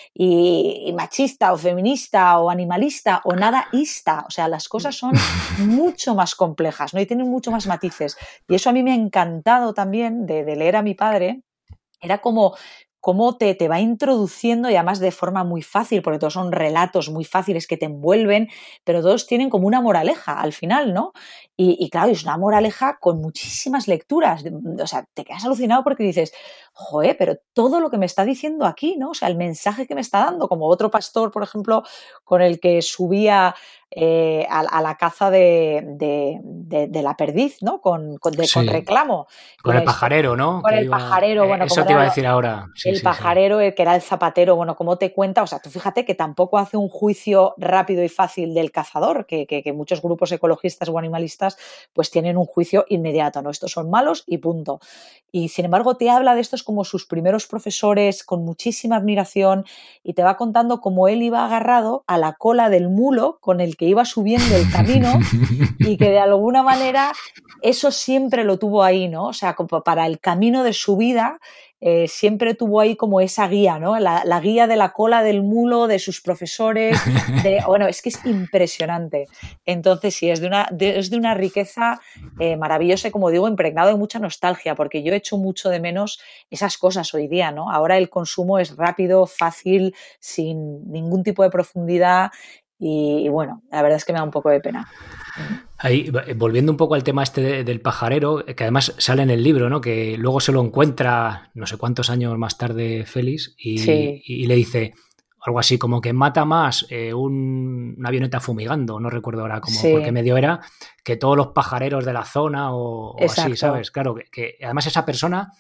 y machista o feminista o animalista o nadaísta. O sea, las cosas son mucho más complejas, ¿no? Y tienen mucho más matices. Y eso a mí me ha encantado también de leer a mi padre. Era como cómo te va introduciendo y además de forma muy fácil, porque todos son relatos muy fáciles que te envuelven, pero todos tienen como una moraleja al final, ¿no? Y claro, es una moraleja con muchísimas lecturas. O sea, te quedas alucinado porque dices, joder, pero todo lo que me está diciendo aquí, ¿no? O sea, el mensaje que me está dando, como otro pastor, por ejemplo, con el que subía a la caza de la perdiz, ¿no? Con reclamo. Con el pajarero, ¿no? Con el pajarero, bueno, eso te iba a decir ahora. Sí, el pajarero, que era el zapatero, bueno, como te cuenta, o sea, tú fíjate que tampoco hace un juicio rápido y fácil del cazador, que muchos grupos ecologistas o animalistas pues tienen un juicio inmediato, ¿no? Estos son malos y punto. Y sin embargo te habla de estos como sus primeros profesores con muchísima admiración y te va contando cómo él iba agarrado a la cola del mulo con el que iba subiendo el camino y que de alguna manera eso siempre lo tuvo ahí, ¿no? O sea, como para el camino de su vida siempre tuvo ahí como esa guía, ¿no? La guía de la cola del mulo, de sus profesores, bueno, es que es impresionante. Entonces sí, es de una riqueza maravillosa y, como digo, impregnado de mucha nostalgia, porque yo echo mucho de menos esas cosas hoy día, ¿no? Ahora el consumo es rápido, fácil, sin ningún tipo de profundidad y bueno, la verdad es que me da un poco de pena. Ahí, volviendo un poco al tema este del pajarero, que además sale en el libro, ¿no? Que luego se lo encuentra no sé cuántos años más tarde Félix y le dice algo así como que mata más una avioneta fumigando, no recuerdo ahora por qué medio era, que todos los pajareros de la zona o así, ¿sabes? Claro, que además esa persona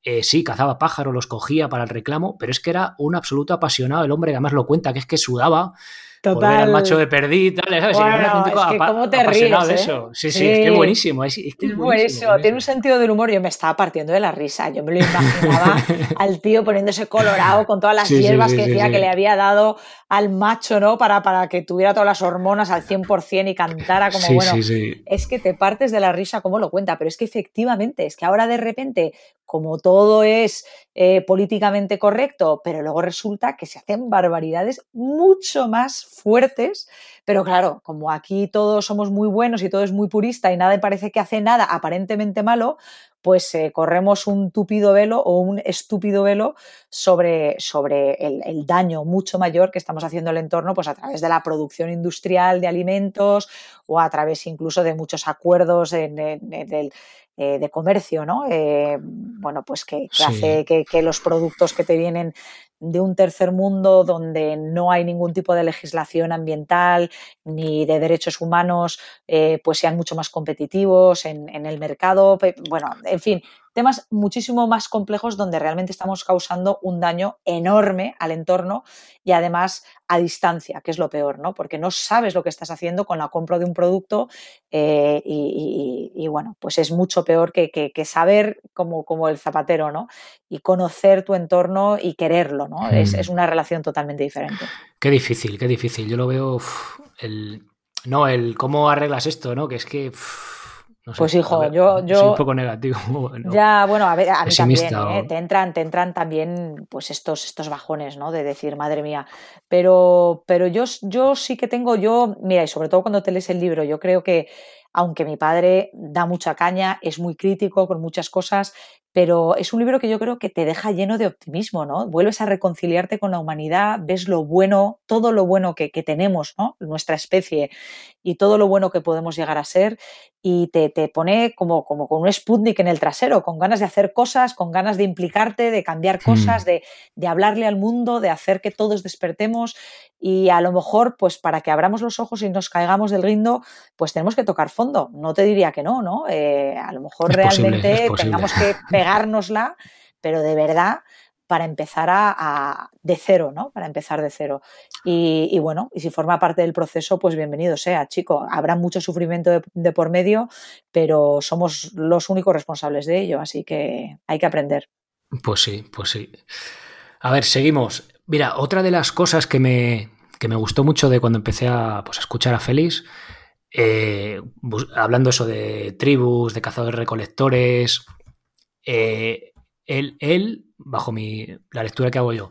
sí, cazaba pájaros, los cogía para el reclamo, pero es que era un absoluto apasionado el hombre, que además lo cuenta, que es que sudaba por ver al macho de Perdí y tal, ¿sabes? Era un Bueno, auténtico es que cómo te apasionado ríes, de ¿eh? eso. Sí, sí, es que es Sí, buenísimo, es que es es buenísimo, buenísimo, tiene un buenísimo. sentido del humor. Yo me estaba partiendo de la risa. Yo me lo imaginaba al tío poniéndose colorado con todas las Sí, sí, hierbas sí, que sí, decía que le sí. había dado al macho, ¿no? Para que tuviera todas las hormonas al 100% y cantara como, Sí, bueno, sí, sí. es que te partes de la risa como lo cuenta, pero es que efectivamente, es que ahora de repente, como todo es políticamente correcto, pero luego resulta que se hacen barbaridades mucho más fuertes. Pero claro, como aquí todos somos muy buenos y todo es muy purista y nadie parece que hace nada aparentemente malo, pues corremos un tupido velo o un estúpido velo sobre el daño mucho mayor que estamos haciendo al entorno, pues a través de la producción industrial de alimentos o a través incluso de muchos acuerdos de comercio, ¿no? Bueno, pues que Sí. hace que los productos que te vienen de un tercer mundo donde no hay ningún tipo de legislación ambiental ni de derechos humanos, pues sean mucho más competitivos en el mercado. Bueno, en fin, temas muchísimo más complejos donde realmente estamos causando un daño enorme al entorno y además a distancia, que es lo peor, ¿no? Porque no sabes lo que estás haciendo con la compra de un producto y bueno, pues es mucho peor que saber como el zapatero, ¿no? Y conocer tu entorno y quererlo, ¿no? Es una relación totalmente diferente. Qué difícil, qué difícil. Yo lo veo, no, el cómo arreglas esto, ¿no? Que es que, no sé, Pues lo hijo, veo, soy un poco negativo, no, ya, bueno, a ver, a mí también, pesimista. ¿eh? Te entran también pues estos bajones, ¿no? De decir, madre mía. Pero yo sí que tengo, mira, y sobre todo cuando te lees el libro, yo creo que, aunque mi padre da mucha caña, es muy crítico con muchas cosas, pero es un libro que yo creo que te deja lleno de optimismo, ¿no? Vuelves a reconciliarte con la humanidad, ves lo bueno, todo lo bueno que tenemos, ¿no? Nuestra especie y todo lo bueno que podemos llegar a ser y te pone como con un Sputnik en el trasero, con ganas de hacer cosas, con ganas de implicarte, de cambiar cosas, de hablarle al mundo, de hacer que todos despertemos y a lo mejor, pues para que abramos los ojos y nos caigamos del guindo, pues tenemos que tocar fondo. No te diría que no, ¿no? A lo mejor Es posible, es realmente posible. tengamos que pegárnosla, pero de verdad para empezar de cero, ¿no? Para empezar de cero. Y bueno, y si forma parte del proceso, pues bienvenido sea, chico. Habrá mucho sufrimiento de por medio, pero somos los únicos responsables de ello, así que hay que aprender. Pues sí, pues sí. A ver, seguimos. Mira, otra de las cosas que me gustó mucho de cuando empecé pues, a escuchar a Félix, hablando eso de tribus, de cazadores-recolectores, bajo la lectura que hago yo,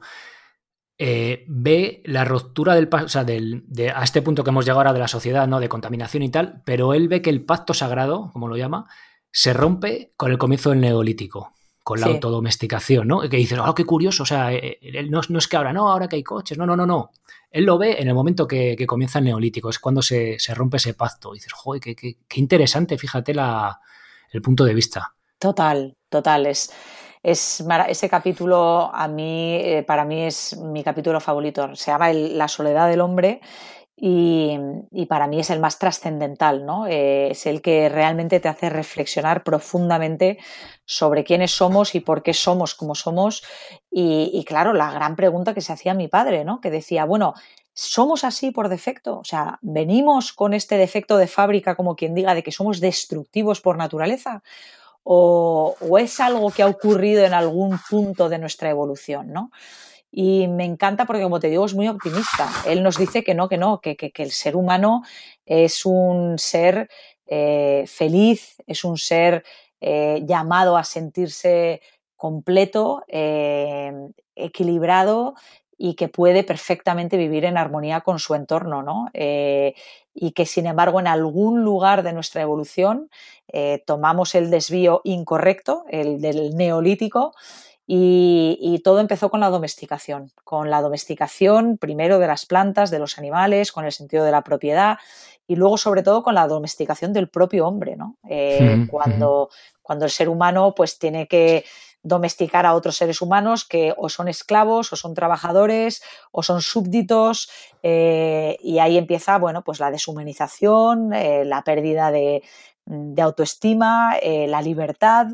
ve la ruptura o sea, a este punto que hemos llegado ahora de la sociedad, ¿no? De contaminación y tal, pero él ve que el pacto sagrado, como lo llama, se rompe con el comienzo del neolítico, con la Sí. autodomesticación, ¿no? Que dices, qué curioso, o sea, él no es que ahora que hay coches, no. Él lo ve en el momento que comienza el neolítico, es cuando se rompe ese pacto. Y dices, joder, qué interesante, fíjate el punto de vista. Total, total. Ese capítulo para mí es mi capítulo favorito. Se llama La soledad del hombre y para mí es el más trascendental, ¿no? Es el que realmente te hace reflexionar profundamente sobre quiénes somos y por qué somos como somos. Y claro, la gran pregunta que se hacía mi padre, ¿no? Que decía, bueno, ¿somos así por defecto? O sea, ¿venimos con este defecto de fábrica, como quien diga, de que somos destructivos por naturaleza? ¿O es algo que ha ocurrido en algún punto de nuestra evolución, ¿no? Y me encanta porque, como te digo, es muy optimista. Él nos dice que el ser humano es un ser feliz, es un ser llamado a sentirse completo, equilibrado y que puede perfectamente vivir en armonía con su entorno, ¿no? Y que, sin embargo, en algún lugar de nuestra evolución tomamos el desvío incorrecto, el del neolítico, y todo empezó con la domesticación primero de las plantas, de los animales, con el sentido de la propiedad y luego sobre todo con la domesticación del propio hombre, ¿no? Cuando el ser humano pues tiene que domesticar a otros seres humanos que o son esclavos o son trabajadores o son súbditos y ahí empieza, bueno, pues la deshumanización, la pérdida de autoestima, la libertad,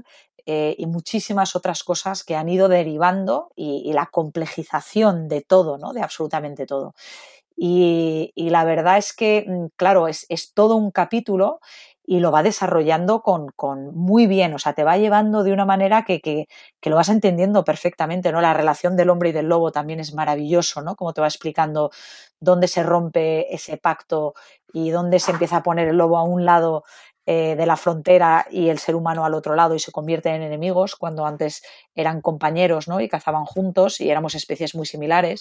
y muchísimas otras cosas que han ido derivando y la complejización de todo, ¿no? De absolutamente todo. Y la verdad es que, claro, es todo un capítulo y lo va desarrollando con muy bien, o sea, te va llevando de una manera que lo vas entendiendo perfectamente, ¿no? La relación del hombre y del lobo también es maravilloso, ¿no? Como te va explicando dónde se rompe ese pacto y dónde se empieza a poner el lobo a un lado de la frontera y el ser humano al otro lado y se convierten en enemigos cuando antes eran compañeros, ¿no? Y cazaban juntos y éramos especies muy similares.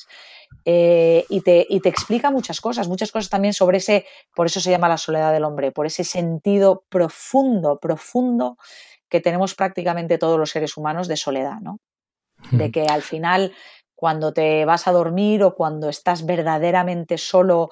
Y te explica muchas cosas también sobre ese, por eso se llama la soledad del hombre, por ese sentido profundo, profundo que tenemos prácticamente todos los seres humanos de soledad, ¿no? De que al final, cuando te vas a dormir o cuando estás verdaderamente solo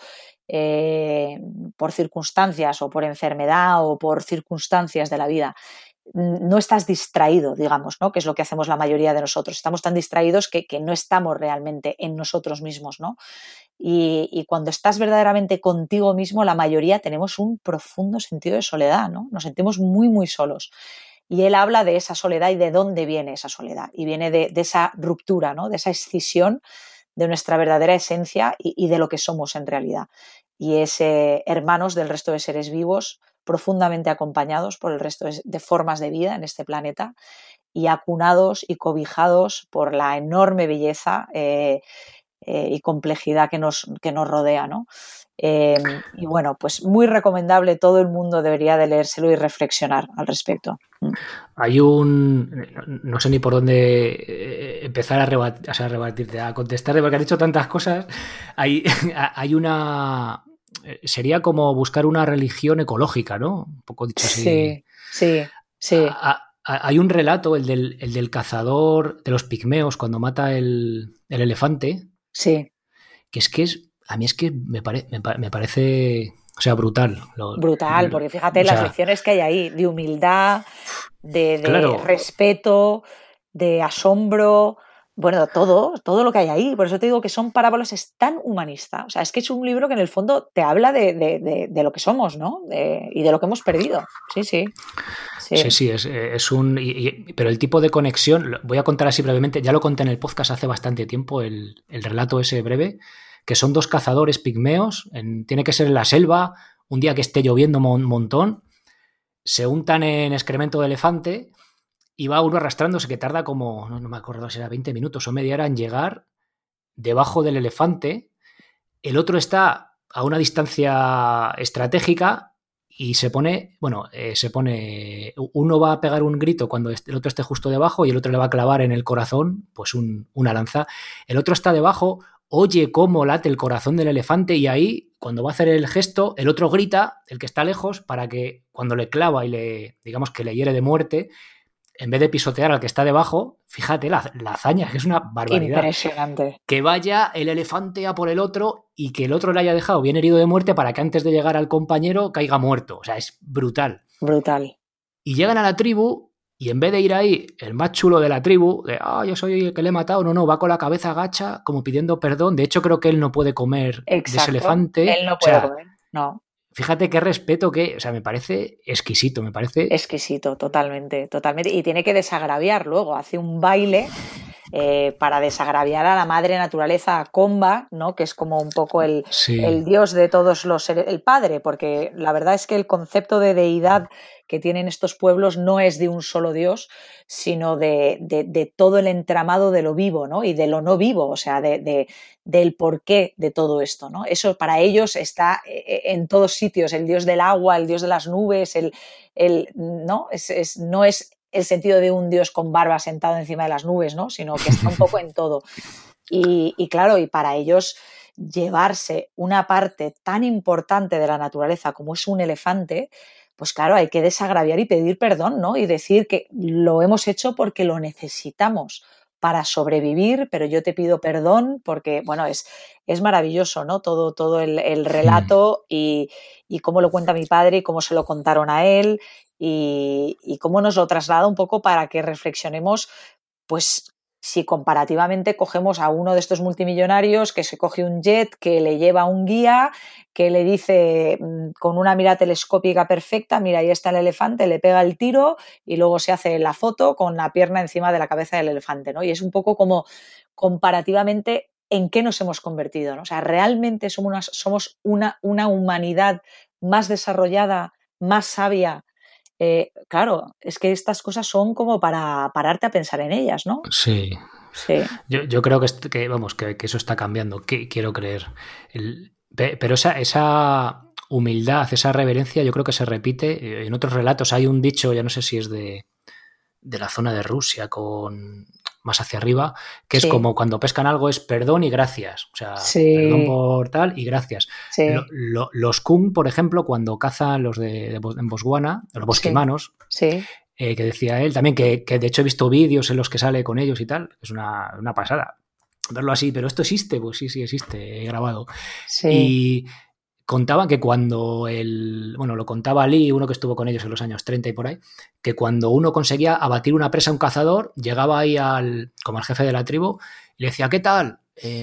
por circunstancias o por enfermedad o por circunstancias de la vida, no estás distraído, digamos, ¿no? Que es lo que hacemos la mayoría de nosotros. Estamos tan distraídos que no estamos realmente en nosotros mismos, ¿no? Y cuando estás verdaderamente contigo mismo, la mayoría tenemos un profundo sentido de soledad, ¿no? Nos sentimos muy, muy solos. Y él habla de esa soledad y de dónde viene esa soledad. Y viene de esa ruptura, ¿no? De esa escisión de nuestra verdadera esencia y de lo que somos en realidad. Y es hermanos del resto de seres vivos, profundamente acompañados por el resto de formas de vida en este planeta y acunados y cobijados por la enorme belleza y complejidad que nos rodea, ¿no? Y bueno, pues muy recomendable, todo el mundo debería de leérselo y reflexionar al respecto. Hay no sé ni por dónde empezar a rebatirte, a contestarte, porque han hecho tantas cosas. Hay una... Sería como buscar una religión ecológica, ¿no? Un poco dicho así. Sí. Hay un relato, el del cazador de los pigmeos, cuando mata el elefante. Sí. Que a mí es que me parece, o sea, brutal. Brutal, porque fíjate las lecciones que hay ahí, de humildad, de claro, respeto, de asombro, bueno, todo lo que hay ahí. Por eso te digo que son parábolas, es tan humanista. O sea, es que es un libro que en el fondo te habla de lo que somos, ¿no? Y de lo que hemos perdido. Sí, es un... pero el tipo de conexión, voy a contar así brevemente, ya lo conté en el podcast hace bastante tiempo, el relato ese breve, que son dos cazadores pigmeos, tiene que ser en la selva, un día que esté lloviendo un montón, se untan en excremento de elefante y va uno arrastrándose, que tarda como, no me acuerdo si era 20 minutos o media hora en llegar debajo del elefante. El otro está a una distancia estratégica y se pone, uno va a pegar un grito cuando el otro esté justo debajo y el otro le va a clavar en el corazón pues una lanza. El otro está debajo, oye cómo late el corazón del elefante y ahí, cuando va a hacer el gesto, el otro grita, el que está lejos, para que cuando le clava y digamos que le hiere de muerte, en vez de pisotear al que está debajo, fíjate la hazaña, que es una barbaridad. Impresionante. Que vaya el elefante a por el otro y que el otro le haya dejado bien herido de muerte para que antes de llegar al compañero caiga muerto. O sea, es brutal. Brutal. Y llegan a la tribu y en vez de ir ahí el más chulo de la tribu, de yo soy el que le he matado, no, va con la cabeza agacha como pidiendo perdón. De hecho, creo que él no puede comer de ese elefante. Él no puede comer, no. Fíjate qué respeto o sea, me parece exquisito, me parece... Exquisito, totalmente. Y tiene que desagraviar luego, hace un baile para desagraviar a la madre naturaleza, a Komba, ¿no? Que es como un poco el dios de todos los seres, el padre, porque la verdad es que el concepto de deidad que tienen estos pueblos no es de un solo dios, sino de todo el entramado de lo vivo, ¿no? Y de lo no vivo, o sea, del porqué de todo esto, ¿no? Eso para ellos está en todos sitios, el dios del agua, el dios de las nubes, ¿no? No es el sentido de un dios con barba sentado encima de las nubes, ¿no? Sino que está un poco en todo. Y claro, y para ellos llevarse una parte tan importante de la naturaleza como es un elefante, pues claro, hay que desagraviar y pedir perdón, ¿no? Y decir que lo hemos hecho porque lo necesitamos para sobrevivir, pero yo te pido perdón porque, bueno, es maravilloso, ¿no? Todo el relato y cómo lo cuenta mi padre y cómo se lo contaron a él y cómo nos lo traslada un poco para que reflexionemos, pues si comparativamente cogemos a uno de estos multimillonarios que se coge un jet, que le lleva un guía, que le dice con una mira telescópica perfecta, mira, ahí está el elefante, le pega el tiro y luego se hace la foto con la pierna encima de la cabeza del elefante, ¿no? Y es un poco como comparativamente en qué nos hemos convertido, ¿no? O sea, realmente somos una humanidad más desarrollada, más sabia. Claro, es que estas cosas son como para pararte a pensar en ellas, ¿no? Sí. Sí. Yo creo que eso está cambiando, quiero creer. Pero esa humildad, esa reverencia, yo creo que se repite en otros relatos. Hay un dicho, ya no sé si es de la zona de Rusia, más hacia arriba, que es como cuando pescan algo es perdón y gracias. O sea, perdón por tal y gracias. Sí. Los Kung, por ejemplo, cuando cazan los en Botswana, los bosquimanos, que decía él también, que de hecho he visto vídeos en los que sale con ellos y tal, es una pasada verlo así, pero ¿esto existe? Pues sí existe, he grabado. Sí. Y contaban que cuando lo contaba Lee, uno que estuvo con ellos en los años 30 y por ahí, que cuando uno conseguía abatir una presa a un cazador, llegaba ahí como al jefe de la tribu y le decía, ¿qué tal?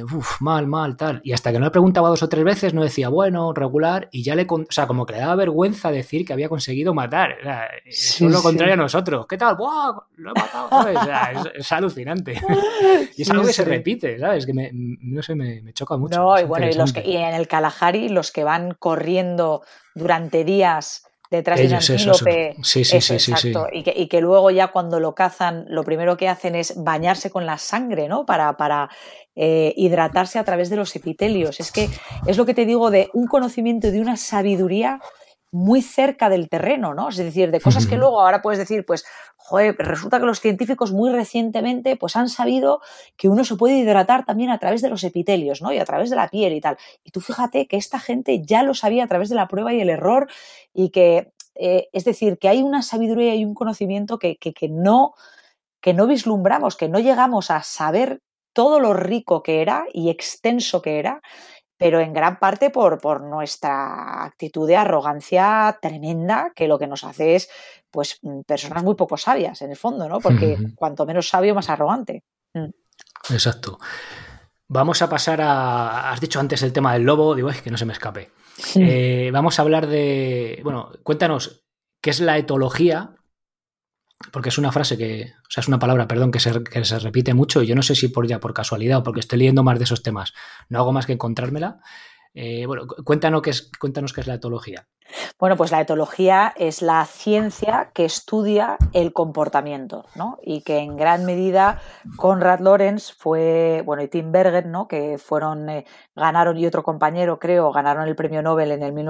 Mal, tal. Y hasta que no le preguntaba 2 o 3 veces, no decía, bueno, regular, y ya o sea, como que le daba vergüenza decir que había conseguido matar. O sea, eso es lo contrario a nosotros. ¿Qué tal? ¡Buah! Lo he matado, ¿sabes? O sea, es alucinante. Y es algo que se repite, ¿sabes? Que no sé, me choca mucho. No, y bueno, y en el Kalahari, los que van corriendo durante días detrás de un antílope, sí. Exacto. Y que luego ya cuando lo cazan, lo primero que hacen es bañarse con la sangre, ¿no? Para hidratarse a través de los epitelios. Es que es lo que te digo de un conocimiento y de una sabiduría muy cerca del terreno, ¿no? Es decir, de cosas que luego ahora puedes decir, pues, joder, resulta que los científicos muy recientemente pues han sabido que uno se puede hidratar también a través de los epitelios, ¿no? Y a través de la piel y tal. Y tú fíjate que esta gente ya lo sabía a través de la prueba y el error y que, es decir, que hay una sabiduría y un conocimiento que no vislumbramos, que no llegamos a saber todo lo rico que era y extenso que era, pero en gran parte por nuestra actitud de arrogancia tremenda, que lo que nos hace es, pues, personas muy poco sabias, en el fondo, ¿no? Porque cuanto menos sabio, más arrogante. Exacto. Vamos a pasar has dicho antes el tema del lobo, digo, es que no se me escape. Vamos a hablar cuéntanos, ¿qué es la etología? Porque es una frase es una palabra, perdón, que se repite mucho y yo no sé si por casualidad o porque estoy leyendo más de esos temas. No hago más que encontrármela. Cuéntanos qué es la etología. Bueno, pues la etología es la ciencia que estudia el comportamiento, ¿no? Y que en gran medida Konrad Lorenz y Tim Berger, ¿no? Que ganaron, y otro compañero, creo, ganaron el premio Nobel en el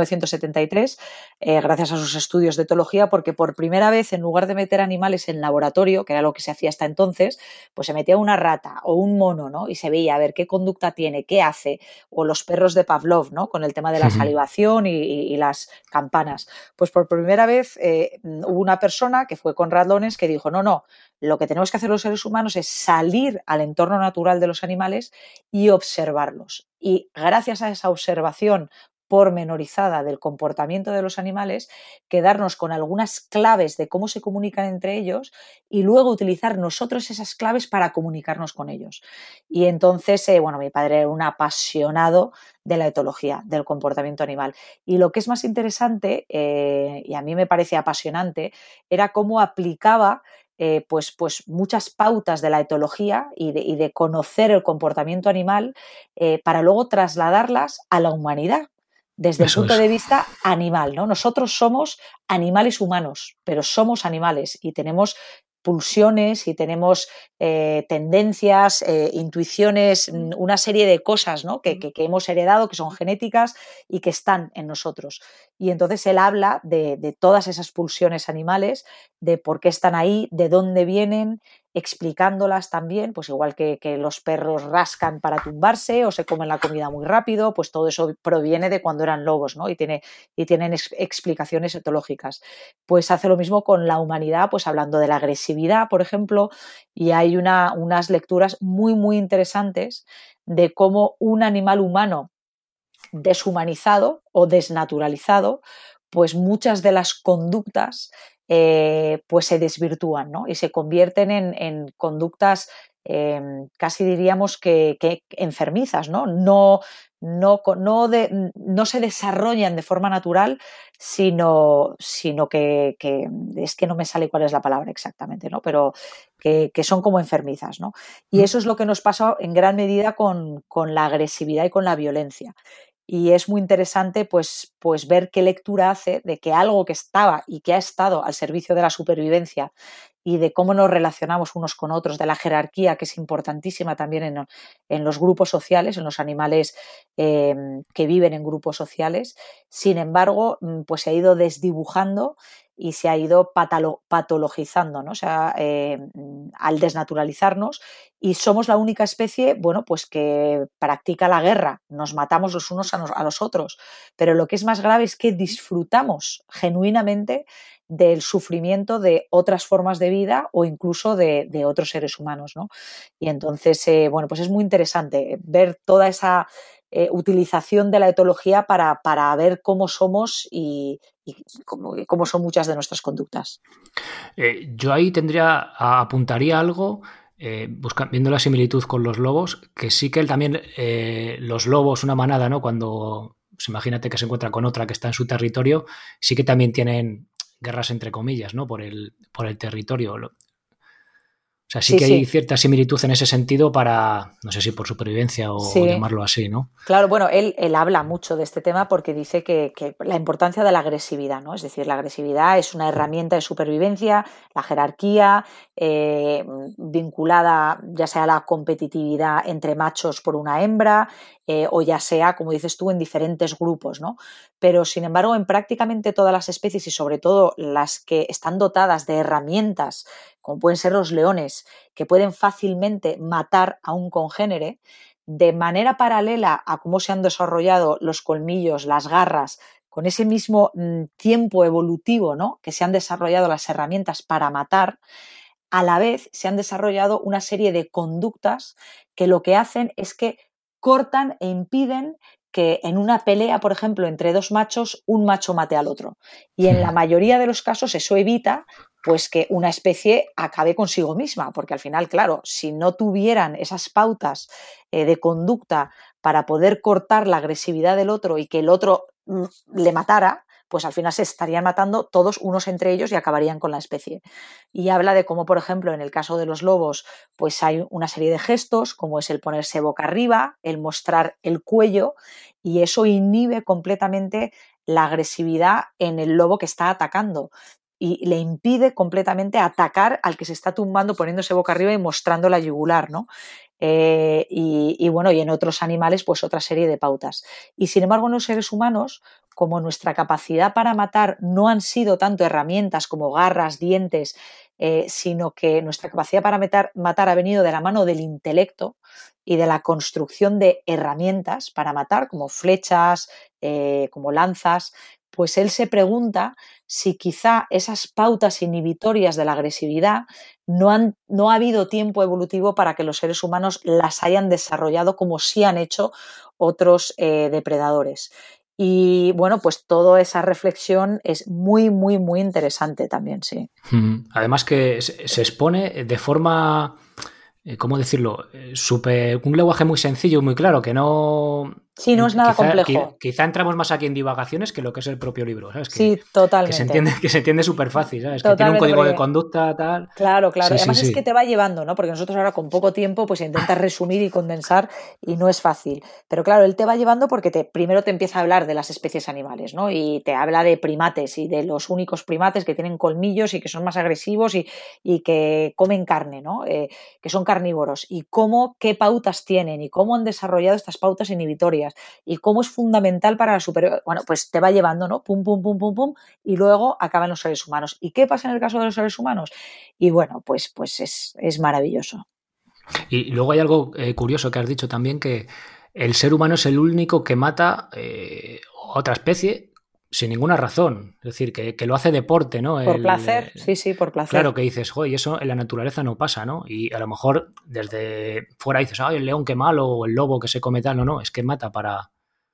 1973 gracias a sus estudios de etología, porque por primera vez, en lugar de meter animales en laboratorio, que era lo que se hacía hasta entonces, pues se metía una rata o un mono, ¿no? Y se veía a ver qué conducta tiene, qué hace, o los perros de Pavlov, ¿no? Con el tema de la salivación y las campanas. Pues por primera vez hubo una persona, que fue Konrad Lorenz, que dijo, no, lo que tenemos que hacer los seres humanos es salir al entorno natural de los animales y observarlos. Y gracias a esa observación pormenorizada del comportamiento de los animales, quedarnos con algunas claves de cómo se comunican entre ellos y luego utilizar nosotros esas claves para comunicarnos con ellos. Y entonces, mi padre era un apasionado de la etología, del comportamiento animal. Y lo que es más interesante, y a mí me parece apasionante, era cómo aplicaba pues muchas pautas de la etología y de conocer el comportamiento animal para luego trasladarlas a la humanidad desde el punto de vista animal, ¿no? Nosotros somos animales humanos, pero somos animales y tenemos pulsiones y tenemos tendencias, intuiciones, una serie de cosas, ¿no? que hemos heredado, que son genéticas y que están en nosotros. Y entonces él habla de todas esas pulsiones animales, de por qué están ahí, de dónde vienen, explicándolas también, pues igual que los perros rascan para tumbarse o se comen la comida muy rápido, pues todo eso proviene de cuando eran lobos, ¿no? Y tienen explicaciones etológicas. Pues hace lo mismo con la humanidad, pues hablando de la agresividad, por ejemplo, y hay unas lecturas muy, muy interesantes de cómo un animal humano deshumanizado o desnaturalizado, pues muchas de las conductas pues se desvirtúan, ¿no? Y se convierten en conductas casi diríamos que enfermizas, ¿no? No se desarrollan de forma natural, sino que es que no me sale cuál es la palabra exactamente, ¿no? Pero que son como enfermizas, ¿no? Y eso es lo que nos pasa en gran medida con la agresividad y con la violencia. Y es muy interesante pues ver qué lectura hace de que algo que estaba y que ha estado al servicio de la supervivencia y de cómo nos relacionamos unos con otros, de la jerarquía, que es importantísima también en los grupos sociales, en los animales que viven en grupos sociales. Sin embargo, pues se ha ido desdibujando y se ha ido patologizando, ¿no? O sea, al desnaturalizarnos, y somos la única especie, bueno, pues que practica la guerra, nos matamos los unos a los otros, pero lo que es más grave es que disfrutamos genuinamente del sufrimiento de otras formas de vida o incluso de otros seres humanos, ¿no? Y entonces, bueno, pues es muy interesante ver toda esa utilización de la etología para ver cómo somos y cómo son muchas de nuestras conductas. Yo ahí apuntaría algo, viendo la similitud con los lobos, que sí que también los lobos, una manada, ¿no? Cuando, pues imagínate que se encuentra con otra que está en su territorio, sí que también tienen guerras entre comillas, ¿no? Por el territorio. O sea, sí que hay cierta similitud en ese sentido para, no sé si por supervivencia o llamarlo así, ¿no? Claro, bueno, él habla mucho de este tema porque dice que la importancia de la agresividad, ¿no? Es decir, la agresividad es una herramienta de supervivencia, la jerarquía, vinculada ya sea a la competitividad entre machos por una hembra, o ya sea, como dices tú, en diferentes grupos, ¿no? Pero, sin embargo, en prácticamente todas las especies y sobre todo las que están dotadas de herramientas, como pueden ser los leones, que pueden fácilmente matar a un congénere, de manera paralela a cómo se han desarrollado los colmillos, las garras, con ese mismo tiempo evolutivo, ¿no?, que se han desarrollado las herramientas para matar, a la vez se han desarrollado una serie de conductas que lo que hacen es que cortan e impiden que en una pelea, por ejemplo, entre dos machos, un macho mate al otro. Y en la mayoría de los casos eso evita pues que una especie acabe consigo misma, porque al final, claro, si no tuvieran esas pautas de conducta para poder cortar la agresividad del otro y que el otro le matara, pues al final se estarían matando todos unos entre ellos y acabarían con la especie. Y habla de cómo, por ejemplo, en el caso de los lobos, pues hay una serie de gestos, como es el ponerse boca arriba, el mostrar el cuello, y eso inhibe completamente la agresividad en el lobo que está atacando y le impide completamente atacar al que se está tumbando poniéndose boca arriba y mostrando la yugular, ¿no? Bueno, y en otros animales pues otra serie de pautas. Y sin embargo en los seres humanos, como nuestra capacidad para matar no han sido tanto herramientas como garras, dientes, sino que nuestra capacidad para matar ha venido de la mano del intelecto y de la construcción de herramientas para matar, como flechas, como lanzas, pues él se pregunta si quizá esas pautas inhibitorias de la agresividad no ha habido tiempo evolutivo para que los seres humanos las hayan desarrollado como sí han hecho otros depredadores. Y bueno, pues toda esa reflexión es muy, muy, muy interesante también, sí. Además que se expone de forma, ¿cómo decirlo? Un lenguaje muy sencillo y muy claro, que no... Sí, no es nada complejo. Quizá entramos más aquí en divagaciones que lo que es el propio libro, ¿sabes? Sí, totalmente. Que se entiende súper fácil, ¿sabes? Totalmente, que tiene un código de conducta, tal... Claro. Sí, además es que te va llevando, ¿no? Porque nosotros ahora con poco tiempo pues intentas resumir y condensar y no es fácil. Pero claro, él te va llevando porque primero te empieza a hablar de las especies animales, ¿no? Y te habla de primates y de los únicos primates que tienen colmillos y que son más agresivos y que comen carne, ¿no? Que son carnívoros. Y qué pautas tienen y cómo han desarrollado estas pautas inhibitorias y cómo es fundamental para la supervivencia. Bueno, pues te va llevando, ¿no? Pum, pum, pum, pum, pum, y luego acaban los seres humanos. ¿Y qué pasa en el caso de los seres humanos? Y bueno, pues es maravilloso. Y luego hay algo curioso que has dicho también, que el ser humano es el único que mata a otra especie sin ninguna razón. Es decir, que lo hace deporte, ¿no? Por placer, sí, por placer. Claro, que dices, joder, y eso en la naturaleza no pasa, ¿no? Y a lo mejor desde fuera dices, ay, el león qué malo, o el lobo que se come tal, no, es que mata para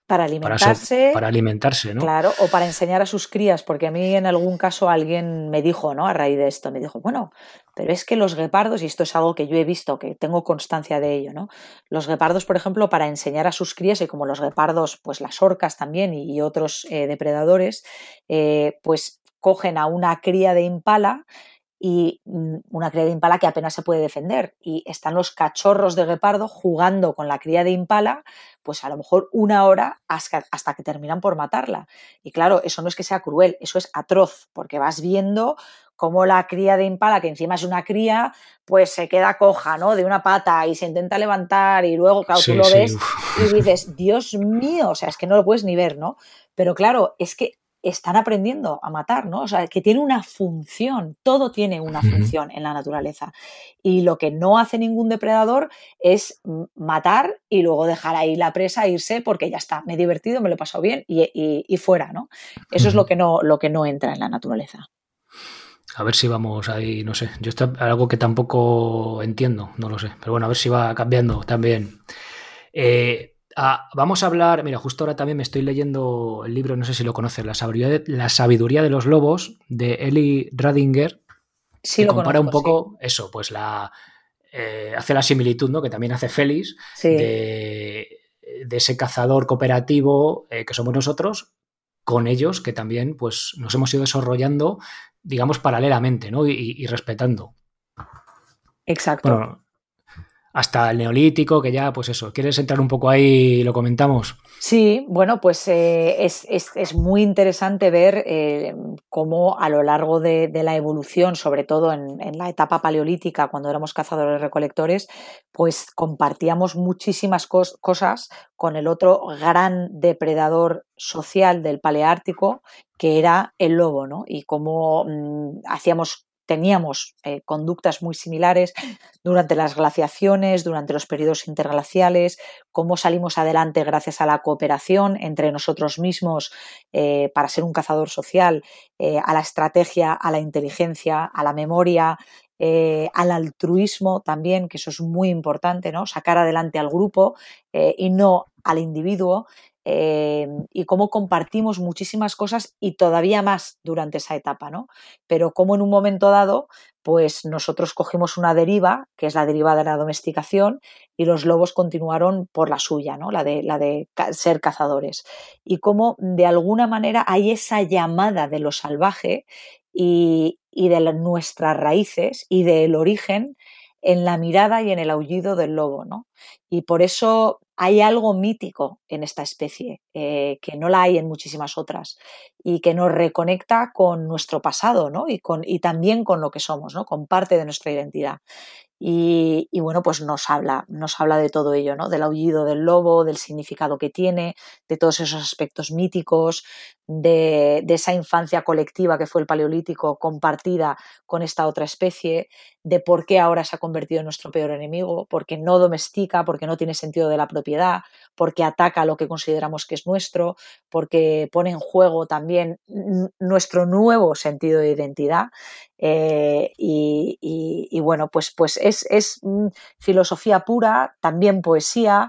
Para alimentarse. Para alimentarse, ¿no? Claro, o para enseñar a sus crías, porque a mí en algún caso alguien me dijo, ¿no? A raíz de esto, me dijo, bueno, pero es que los guepardos, y esto es algo que yo he visto, que tengo constancia de ello, ¿no? Los guepardos, por ejemplo, para enseñar a sus crías, y como los guepardos, pues las orcas también y otros depredadores, pues cogen a una cría de impala, y una cría de impala que apenas se puede defender, y están los cachorros de guepardo jugando con la cría de impala, pues a lo mejor 1 hora hasta que terminan por matarla. Y claro, eso no es que sea cruel, eso es atroz, porque vas viendo cómo la cría de impala, que encima es una cría, pues se queda coja, ¿no? De una pata y se intenta levantar, y luego, claro, tú lo ves y dices, Dios mío, o sea, es que no lo puedes ni ver, ¿no? Pero claro, es que están aprendiendo a matar, ¿no? O sea, que tiene una función, todo tiene una función en la naturaleza. Y lo que no hace ningún depredador es matar y luego dejar ahí la presa, irse, porque ya está, me he divertido, me lo he pasado bien y fuera, ¿no? Eso es lo que no entra en la naturaleza. A ver si vamos ahí, no sé. Yo esto es algo que tampoco entiendo, no lo sé. Pero bueno, a ver si va cambiando también. Vamos a hablar, mira, justo ahora también me estoy leyendo el libro, no sé si lo conoces, La sabiduría de los lobos, de Eli Radinger, sí, que compara conozco, un poco eso, pues hace la similitud, ¿no? Que también hace Félix, sí. de ese cazador cooperativo que somos nosotros, con ellos, que también pues nos hemos ido desarrollando, digamos, paralelamente, ¿no? Y respetando. Exacto. Bueno, hasta el neolítico, que ya, pues eso, ¿quieres entrar un poco ahí y lo comentamos? Sí, bueno, pues es muy interesante ver cómo a lo largo de la evolución, sobre todo en la etapa paleolítica, cuando éramos cazadores-recolectores, pues compartíamos muchísimas cosas con el otro gran depredador social del paleártico, que era el lobo, ¿no? Y cómo teníamos conductas muy similares durante las glaciaciones, durante los periodos interglaciales, cómo salimos adelante gracias a la cooperación entre nosotros mismos para ser un cazador social, a la estrategia, a la inteligencia, a la memoria, al altruismo también, que eso es muy importante, ¿no? Sacar adelante al grupo y no al individuo. Y cómo compartimos muchísimas cosas y todavía más durante esa etapa, ¿no? Pero cómo en un momento dado, pues nosotros cogimos una deriva, que es la deriva de la domesticación, y los lobos continuaron por la suya, ¿no? La de ser cazadores. Y cómo de alguna manera hay esa llamada de lo salvaje y de nuestras raíces y del origen en la mirada y en el aullido del lobo, ¿no? Y por eso hay algo mítico en esta especie, que no la hay en muchísimas otras, y que nos reconecta con nuestro pasado, ¿no? Y también con lo que somos, ¿no? Con parte de nuestra identidad. Y bueno, pues nos habla de todo ello, ¿no? Del aullido del lobo, del significado que tiene, de todos esos aspectos míticos, de esa infancia colectiva que fue el paleolítico compartida con esta otra especie, de por qué ahora se ha convertido en nuestro peor enemigo, porque no domestica, porque no tiene sentido de la propiedad, porque ataca lo que consideramos que es nuestro, porque pone en juego también nuestro nuevo sentido de identidad. Y bueno, pues es filosofía pura, también poesía,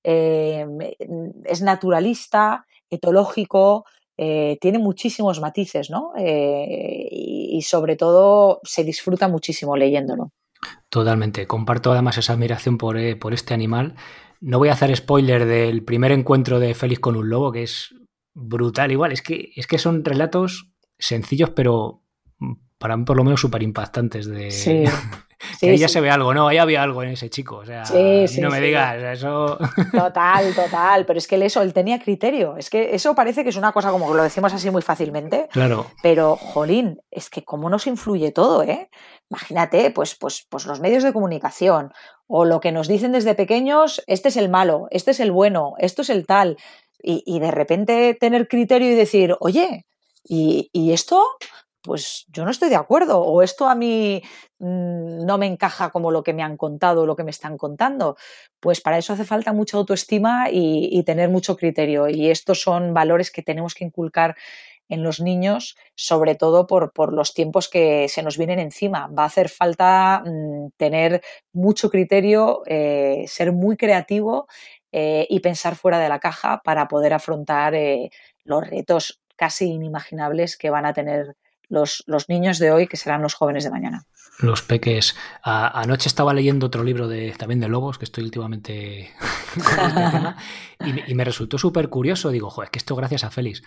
es naturalista, etológico, tiene muchísimos matices, ¿no? Y sobre todo se disfruta muchísimo leyéndolo. Totalmente. Comparto además esa admiración por este animal. No voy a hacer spoiler del primer encuentro de Félix con un lobo, que es brutal igual. Es que son relatos sencillos, pero para mí por lo menos súper impactantes. Sí. Que ahí ya se ve algo, ¿no? Ahí había algo en ese chico. O sea, no me digas, eso... Total. Pero es que él tenía criterio. Es que eso parece que es una cosa como que lo decimos así muy fácilmente. Claro. Pero, jolín, es que cómo nos influye todo, ¿eh? Imagínate, pues los medios de comunicación o lo que nos dicen desde pequeños, este es el malo, este es el bueno, esto es el tal. Y de repente tener criterio y decir, oye, ¿y esto? Pues yo no estoy de acuerdo, o esto a mí no me encaja como lo que me han contado, lo que me están contando. Pues para eso hace falta mucha autoestima y tener mucho criterio, y estos son valores que tenemos que inculcar en los niños, sobre todo por los tiempos que se nos vienen encima. Va a hacer falta tener mucho criterio, ser muy creativo y pensar fuera de la caja para poder afrontar los retos casi inimaginables que van a tener los niños de hoy, que serán los jóvenes de mañana. Los peques. Anoche estaba leyendo otro libro también de lobos, que estoy últimamente con este tema, y me resultó súper curioso. Digo, joder, es que esto gracias a Félix.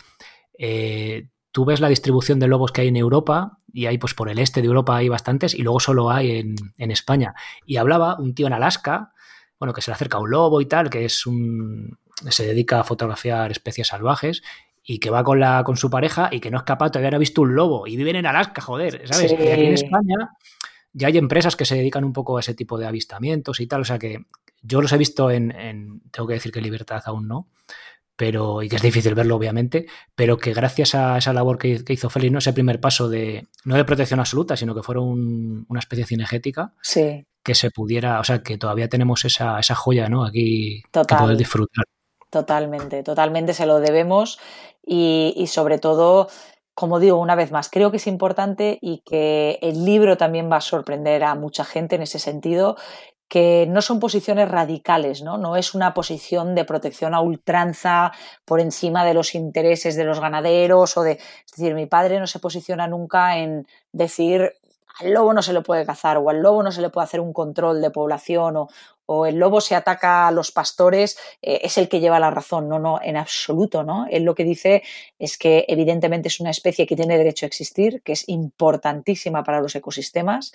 Tú ves la distribución de lobos que hay en Europa, y hay pues por el este de Europa hay bastantes, y luego solo hay en España. Y hablaba un tío en Alaska, bueno, que se le acerca a un lobo y tal, que se dedica a fotografiar especies salvajes, y que va con su pareja y que no es capaz, todavía no ha visto un lobo, y viven en Alaska, joder, ¿sabes? Sí. Y aquí en España ya hay empresas que se dedican un poco a ese tipo de avistamientos y tal, o sea que yo los he visto tengo que decir que en libertad aún no, y que es difícil verlo obviamente, pero que gracias a esa labor que hizo Félix, ¿no? Ese primer paso no de protección absoluta, sino que fuera una especie cinegética, sí, que se pudiera, o sea que todavía tenemos esa joya, ¿no? Aquí que total. poder disfrutar. Totalmente se lo debemos y sobre todo, como digo una vez más, creo que es importante y que el libro también va a sorprender a mucha gente en ese sentido, que no son posiciones radicales, ¿no? No es una posición de protección a ultranza por encima de los intereses de los ganaderos es decir, mi padre no se posiciona nunca en decir al lobo no se le puede cazar o al lobo no se le puede hacer un control de población o el lobo se ataca a los pastores, es el que lleva la razón. No, en absoluto, ¿no? Él lo que dice es que evidentemente es una especie que tiene derecho a existir, que es importantísima para los ecosistemas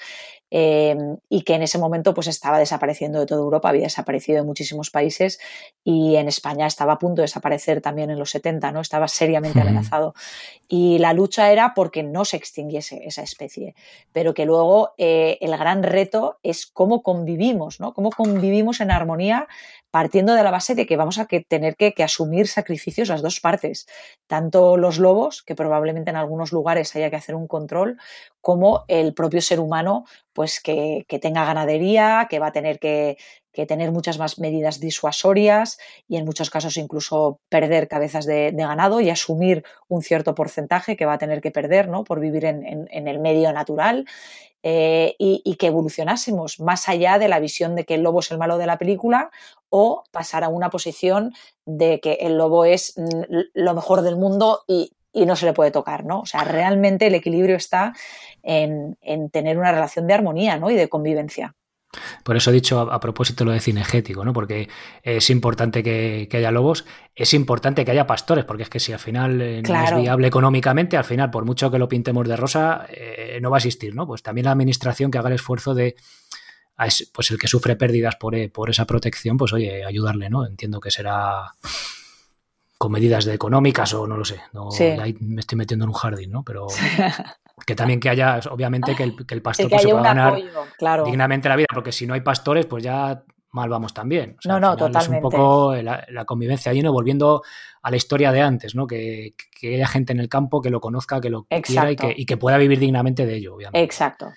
y que en ese momento pues estaba desapareciendo de toda Europa, había desaparecido de muchísimos países y en España estaba a punto de desaparecer también en los 70, ¿no? Estaba seriamente amenazado. Y la lucha era porque no se extinguiese esa especie, pero que luego el gran reto es cómo convivimos, ¿no? Cómo convivimos en armonía partiendo de la base de que vamos a tener que asumir sacrificios las dos partes, tanto los lobos, que probablemente en algunos lugares haya que hacer un control, como el propio ser humano, pues que tenga ganadería, que va a tener que tener muchas más medidas disuasorias y en muchos casos incluso perder cabezas de ganado y asumir un cierto porcentaje que va a tener que perder, ¿no? Por vivir en el medio natural. Y que evolucionásemos más allá de la visión de que el lobo es el malo de la película o pasar a una posición de que el lobo es lo mejor del mundo y no se le puede tocar, ¿no? O sea, realmente el equilibrio está en tener una relación de armonía, ¿no? Y de convivencia. Por eso he dicho a propósito lo de cinegético, ¿no? Porque es importante que haya lobos, es importante que haya pastores, porque es que si al final no es viable económicamente, al final, por mucho que lo pintemos de rosa, no va a existir, ¿no? Pues también la administración que haga el esfuerzo de, pues el que sufre pérdidas por esa protección, pues oye, ayudarle, ¿no? Entiendo que será con medidas económicas o no lo sé, no, sí. Ahí me estoy metiendo en un jardín, ¿no? Pero que también que haya, obviamente, que el pastor que pues, se pueda ganar apoyo, claro, dignamente la vida, porque si no hay pastores, pues ya mal vamos también. O sea, no, al final totalmente. Es un poco la convivencia allí, ¿no? Volviendo a la historia de antes, ¿no? Que haya gente en el campo que lo conozca, que lo quiera y que pueda vivir dignamente de ello, obviamente. Exacto.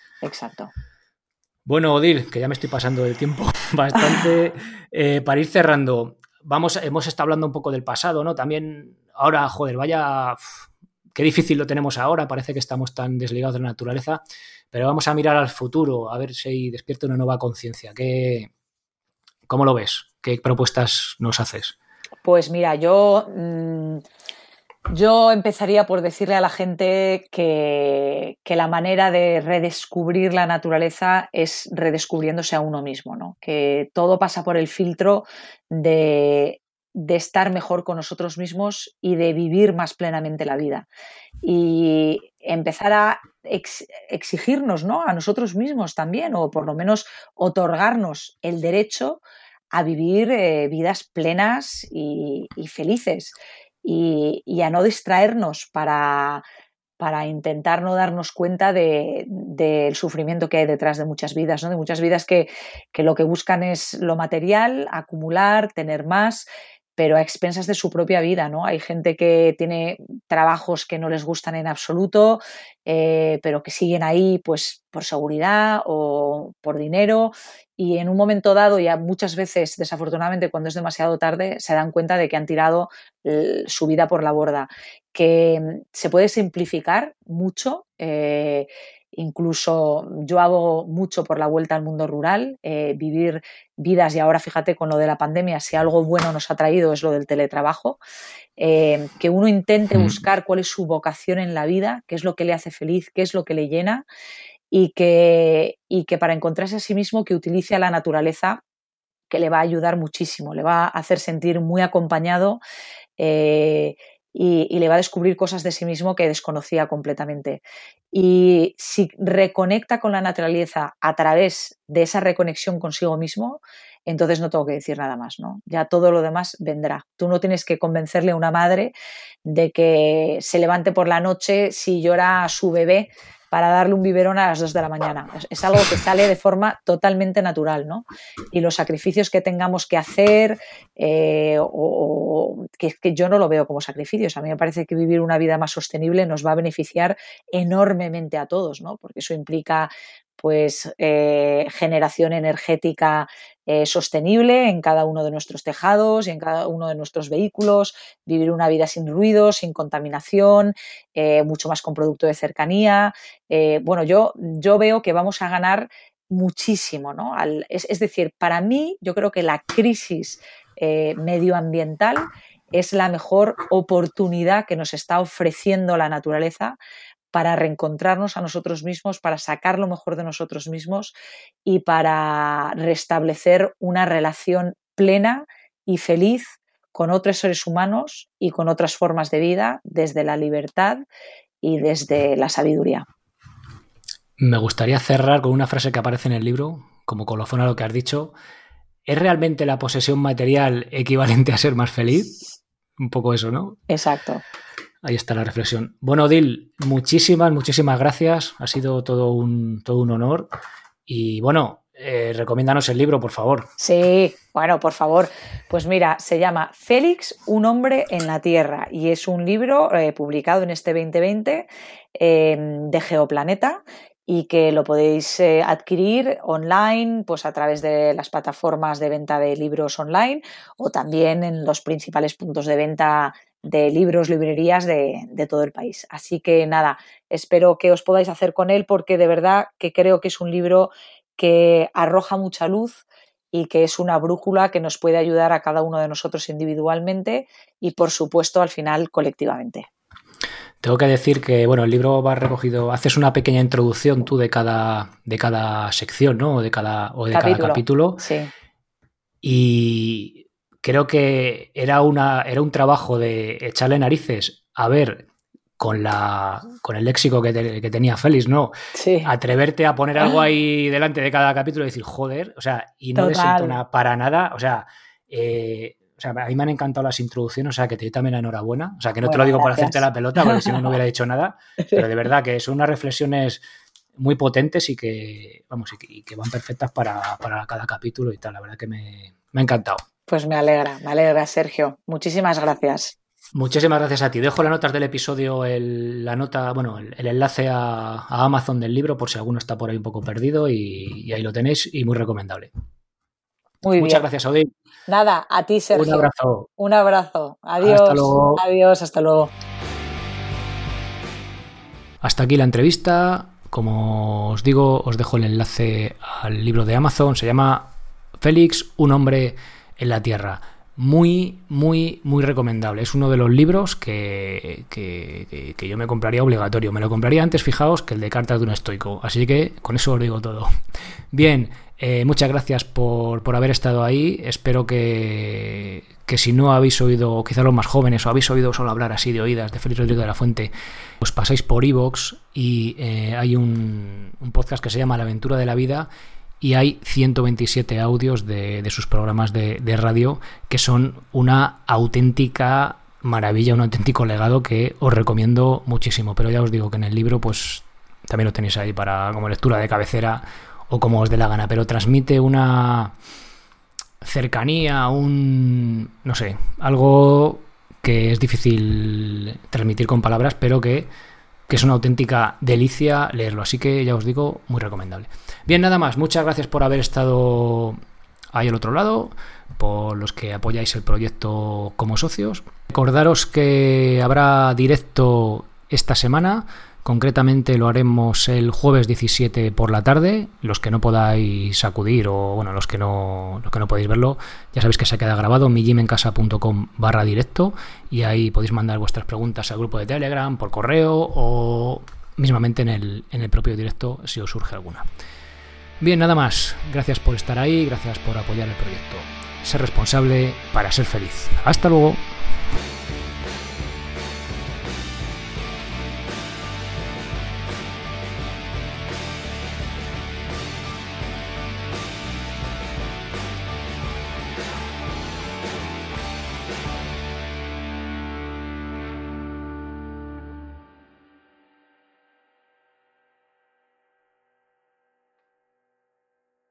Bueno, Odil, que ya me estoy pasando del tiempo bastante. Para ir cerrando, hemos estado hablando un poco del pasado, ¿no? También ahora, joder, vaya... Qué difícil lo tenemos ahora, parece que estamos tan desligados de la naturaleza, pero vamos a mirar al futuro, a ver si despierta una nueva conciencia. ¿Cómo lo ves? ¿Qué propuestas nos haces? Pues mira, yo empezaría por decirle a la gente que la manera de redescubrir la naturaleza es redescubriéndose a uno mismo, ¿no? Que todo pasa por el filtro de estar mejor con nosotros mismos y de vivir más plenamente la vida. Y empezar a exigirnos, ¿no? A nosotros mismos también, o por lo menos otorgarnos el derecho a vivir vidas plenas y felices y a no distraernos para intentar no darnos cuenta del sufrimiento que hay detrás de muchas vidas, ¿no? De muchas vidas que lo que buscan es lo material, acumular, tener más, pero a expensas de su propia vida, ¿no? Hay gente que tiene trabajos que no les gustan en absoluto, pero que siguen ahí pues por seguridad o por dinero y en un momento dado, ya muchas veces, desafortunadamente, cuando es demasiado tarde, se dan cuenta de que han tirado su vida por la borda, que se puede simplificar mucho Incluso yo abogo mucho por la vuelta al mundo rural, vivir vidas, y ahora fíjate con lo de la pandemia, si algo bueno nos ha traído es lo del teletrabajo, que uno intente buscar cuál es su vocación en la vida, qué es lo que le hace feliz, qué es lo que le llena, y que para encontrarse a sí mismo que utilice a la naturaleza, que le va a ayudar muchísimo, le va a hacer sentir muy acompañado, y le va a descubrir cosas de sí mismo que desconocía completamente. Y si reconecta con la naturaleza a través de esa reconexión consigo mismo, entonces no tengo que decir nada más, ¿no? Ya todo lo demás vendrá. Tú no tienes que convencerle a una madre de que se levante por la noche si llora a su bebé para darle un biberón a las 2 de la mañana. Es algo que sale de forma totalmente natural, ¿no? Y los sacrificios que tengamos que hacer, que yo no lo veo como sacrificios. A mí me parece que vivir una vida más sostenible nos va a beneficiar enormemente a todos, ¿no? Porque eso implica pues generación energética sostenible en cada uno de nuestros tejados y en cada uno de nuestros vehículos, vivir una vida sin ruido, sin contaminación, mucho más con producto de cercanía. Bueno, yo veo que vamos a ganar muchísimo, ¿no? Es decir, para mí yo creo que la crisis medioambiental es la mejor oportunidad que nos está ofreciendo la naturaleza para reencontrarnos a nosotros mismos, para sacar lo mejor de nosotros mismos y para restablecer una relación plena y feliz con otros seres humanos y con otras formas de vida desde la libertad y desde la sabiduría. Me gustaría cerrar con una frase que aparece en el libro, como colofón a lo que has dicho. ¿Es realmente la posesión material equivalente a ser más feliz? Un poco eso, ¿no? Exacto. Ahí está la reflexión. Bueno, Odil, muchísimas gracias. Ha sido todo un honor. Y bueno, recomiéndanos el libro, por favor. Sí, bueno, por favor. Pues mira, se llama Félix, un hombre en la Tierra, y es un libro publicado en este 2020 de Geoplaneta, y que lo podéis adquirir online, pues a través de las plataformas de venta de libros online o también en los principales puntos de venta de libros, librerías de todo el país. Así que nada, espero que os podáis hacer con él, porque de verdad que creo que es un libro que arroja mucha luz y que es una brújula que nos puede ayudar a cada uno de nosotros individualmente y, por supuesto, al final colectivamente. Tengo que decir que, bueno, el libro va recogido, haces una pequeña introducción tú de cada sección, ¿no? O de cada capítulo. Sí. Y creo que era un trabajo de echarle narices a ver con el léxico que tenía Félix, ¿no? Sí. Atreverte a poner algo ahí delante de cada capítulo y decir, joder, o sea, y no desentona para nada, o sea, a mí me han encantado las introducciones, o sea, que te doy también la enhorabuena. O sea, que no te lo digo gracias. por hacerte la pelota, porque si no, no hubiera dicho nada. Pero de verdad que son unas reflexiones muy potentes y que, vamos, y que van perfectas para cada capítulo y tal. La verdad que me ha encantado. Pues me alegra, Sergio. Muchísimas gracias. Muchísimas gracias a ti. Dejo las notas del episodio, el enlace a Amazon del libro, por si alguno está por ahí un poco perdido, y ahí lo tenéis, y muy recomendable. Muy Muchas bien. gracias, Odil. Nada, a ti, Sergio. Un abrazo. Un abrazo. Adiós. Hasta luego. Adiós, hasta luego. Hasta aquí la entrevista. Como os digo, os dejo el enlace al libro de Amazon. Se llama Félix, un hombre en la Tierra. Muy recomendable. Es uno de los libros que yo me compraría obligatorio. Me lo compraría antes, fijaos, que el de Cartas de un estoico. Así que con eso os digo todo. Bien, muchas gracias por haber estado ahí. Espero que si no habéis oído, quizá los más jóvenes, o habéis oído solo hablar así de oídas de Félix Rodríguez de la Fuente, os pasáis por iVoox y hay un podcast que se llama La Aventura de la Vida, y hay 127 audios de sus programas de radio, que son una auténtica maravilla, un auténtico legado que os recomiendo muchísimo. Pero ya os digo que en el libro pues también lo tenéis ahí para como lectura de cabecera o como os dé la gana, pero transmite una cercanía, no sé, algo que es difícil transmitir con palabras, pero que es una auténtica delicia leerlo. Así que ya os digo, muy recomendable. Bien, nada más. Muchas gracias por haber estado ahí al otro lado, por los que apoyáis el proyecto como socios. Recordaros que habrá directo esta semana. Concretamente lo haremos el jueves 17 por la tarde. Los que no podáis acudir o bueno, los que no podéis verlo, ya sabéis que se queda grabado migimencasa.com/directo y ahí podéis mandar vuestras preguntas al grupo de Telegram, por correo o mismamente en el propio directo si os surge alguna. Bien, nada más. Gracias por estar ahí, gracias por apoyar el proyecto. Ser responsable para ser feliz. Hasta luego.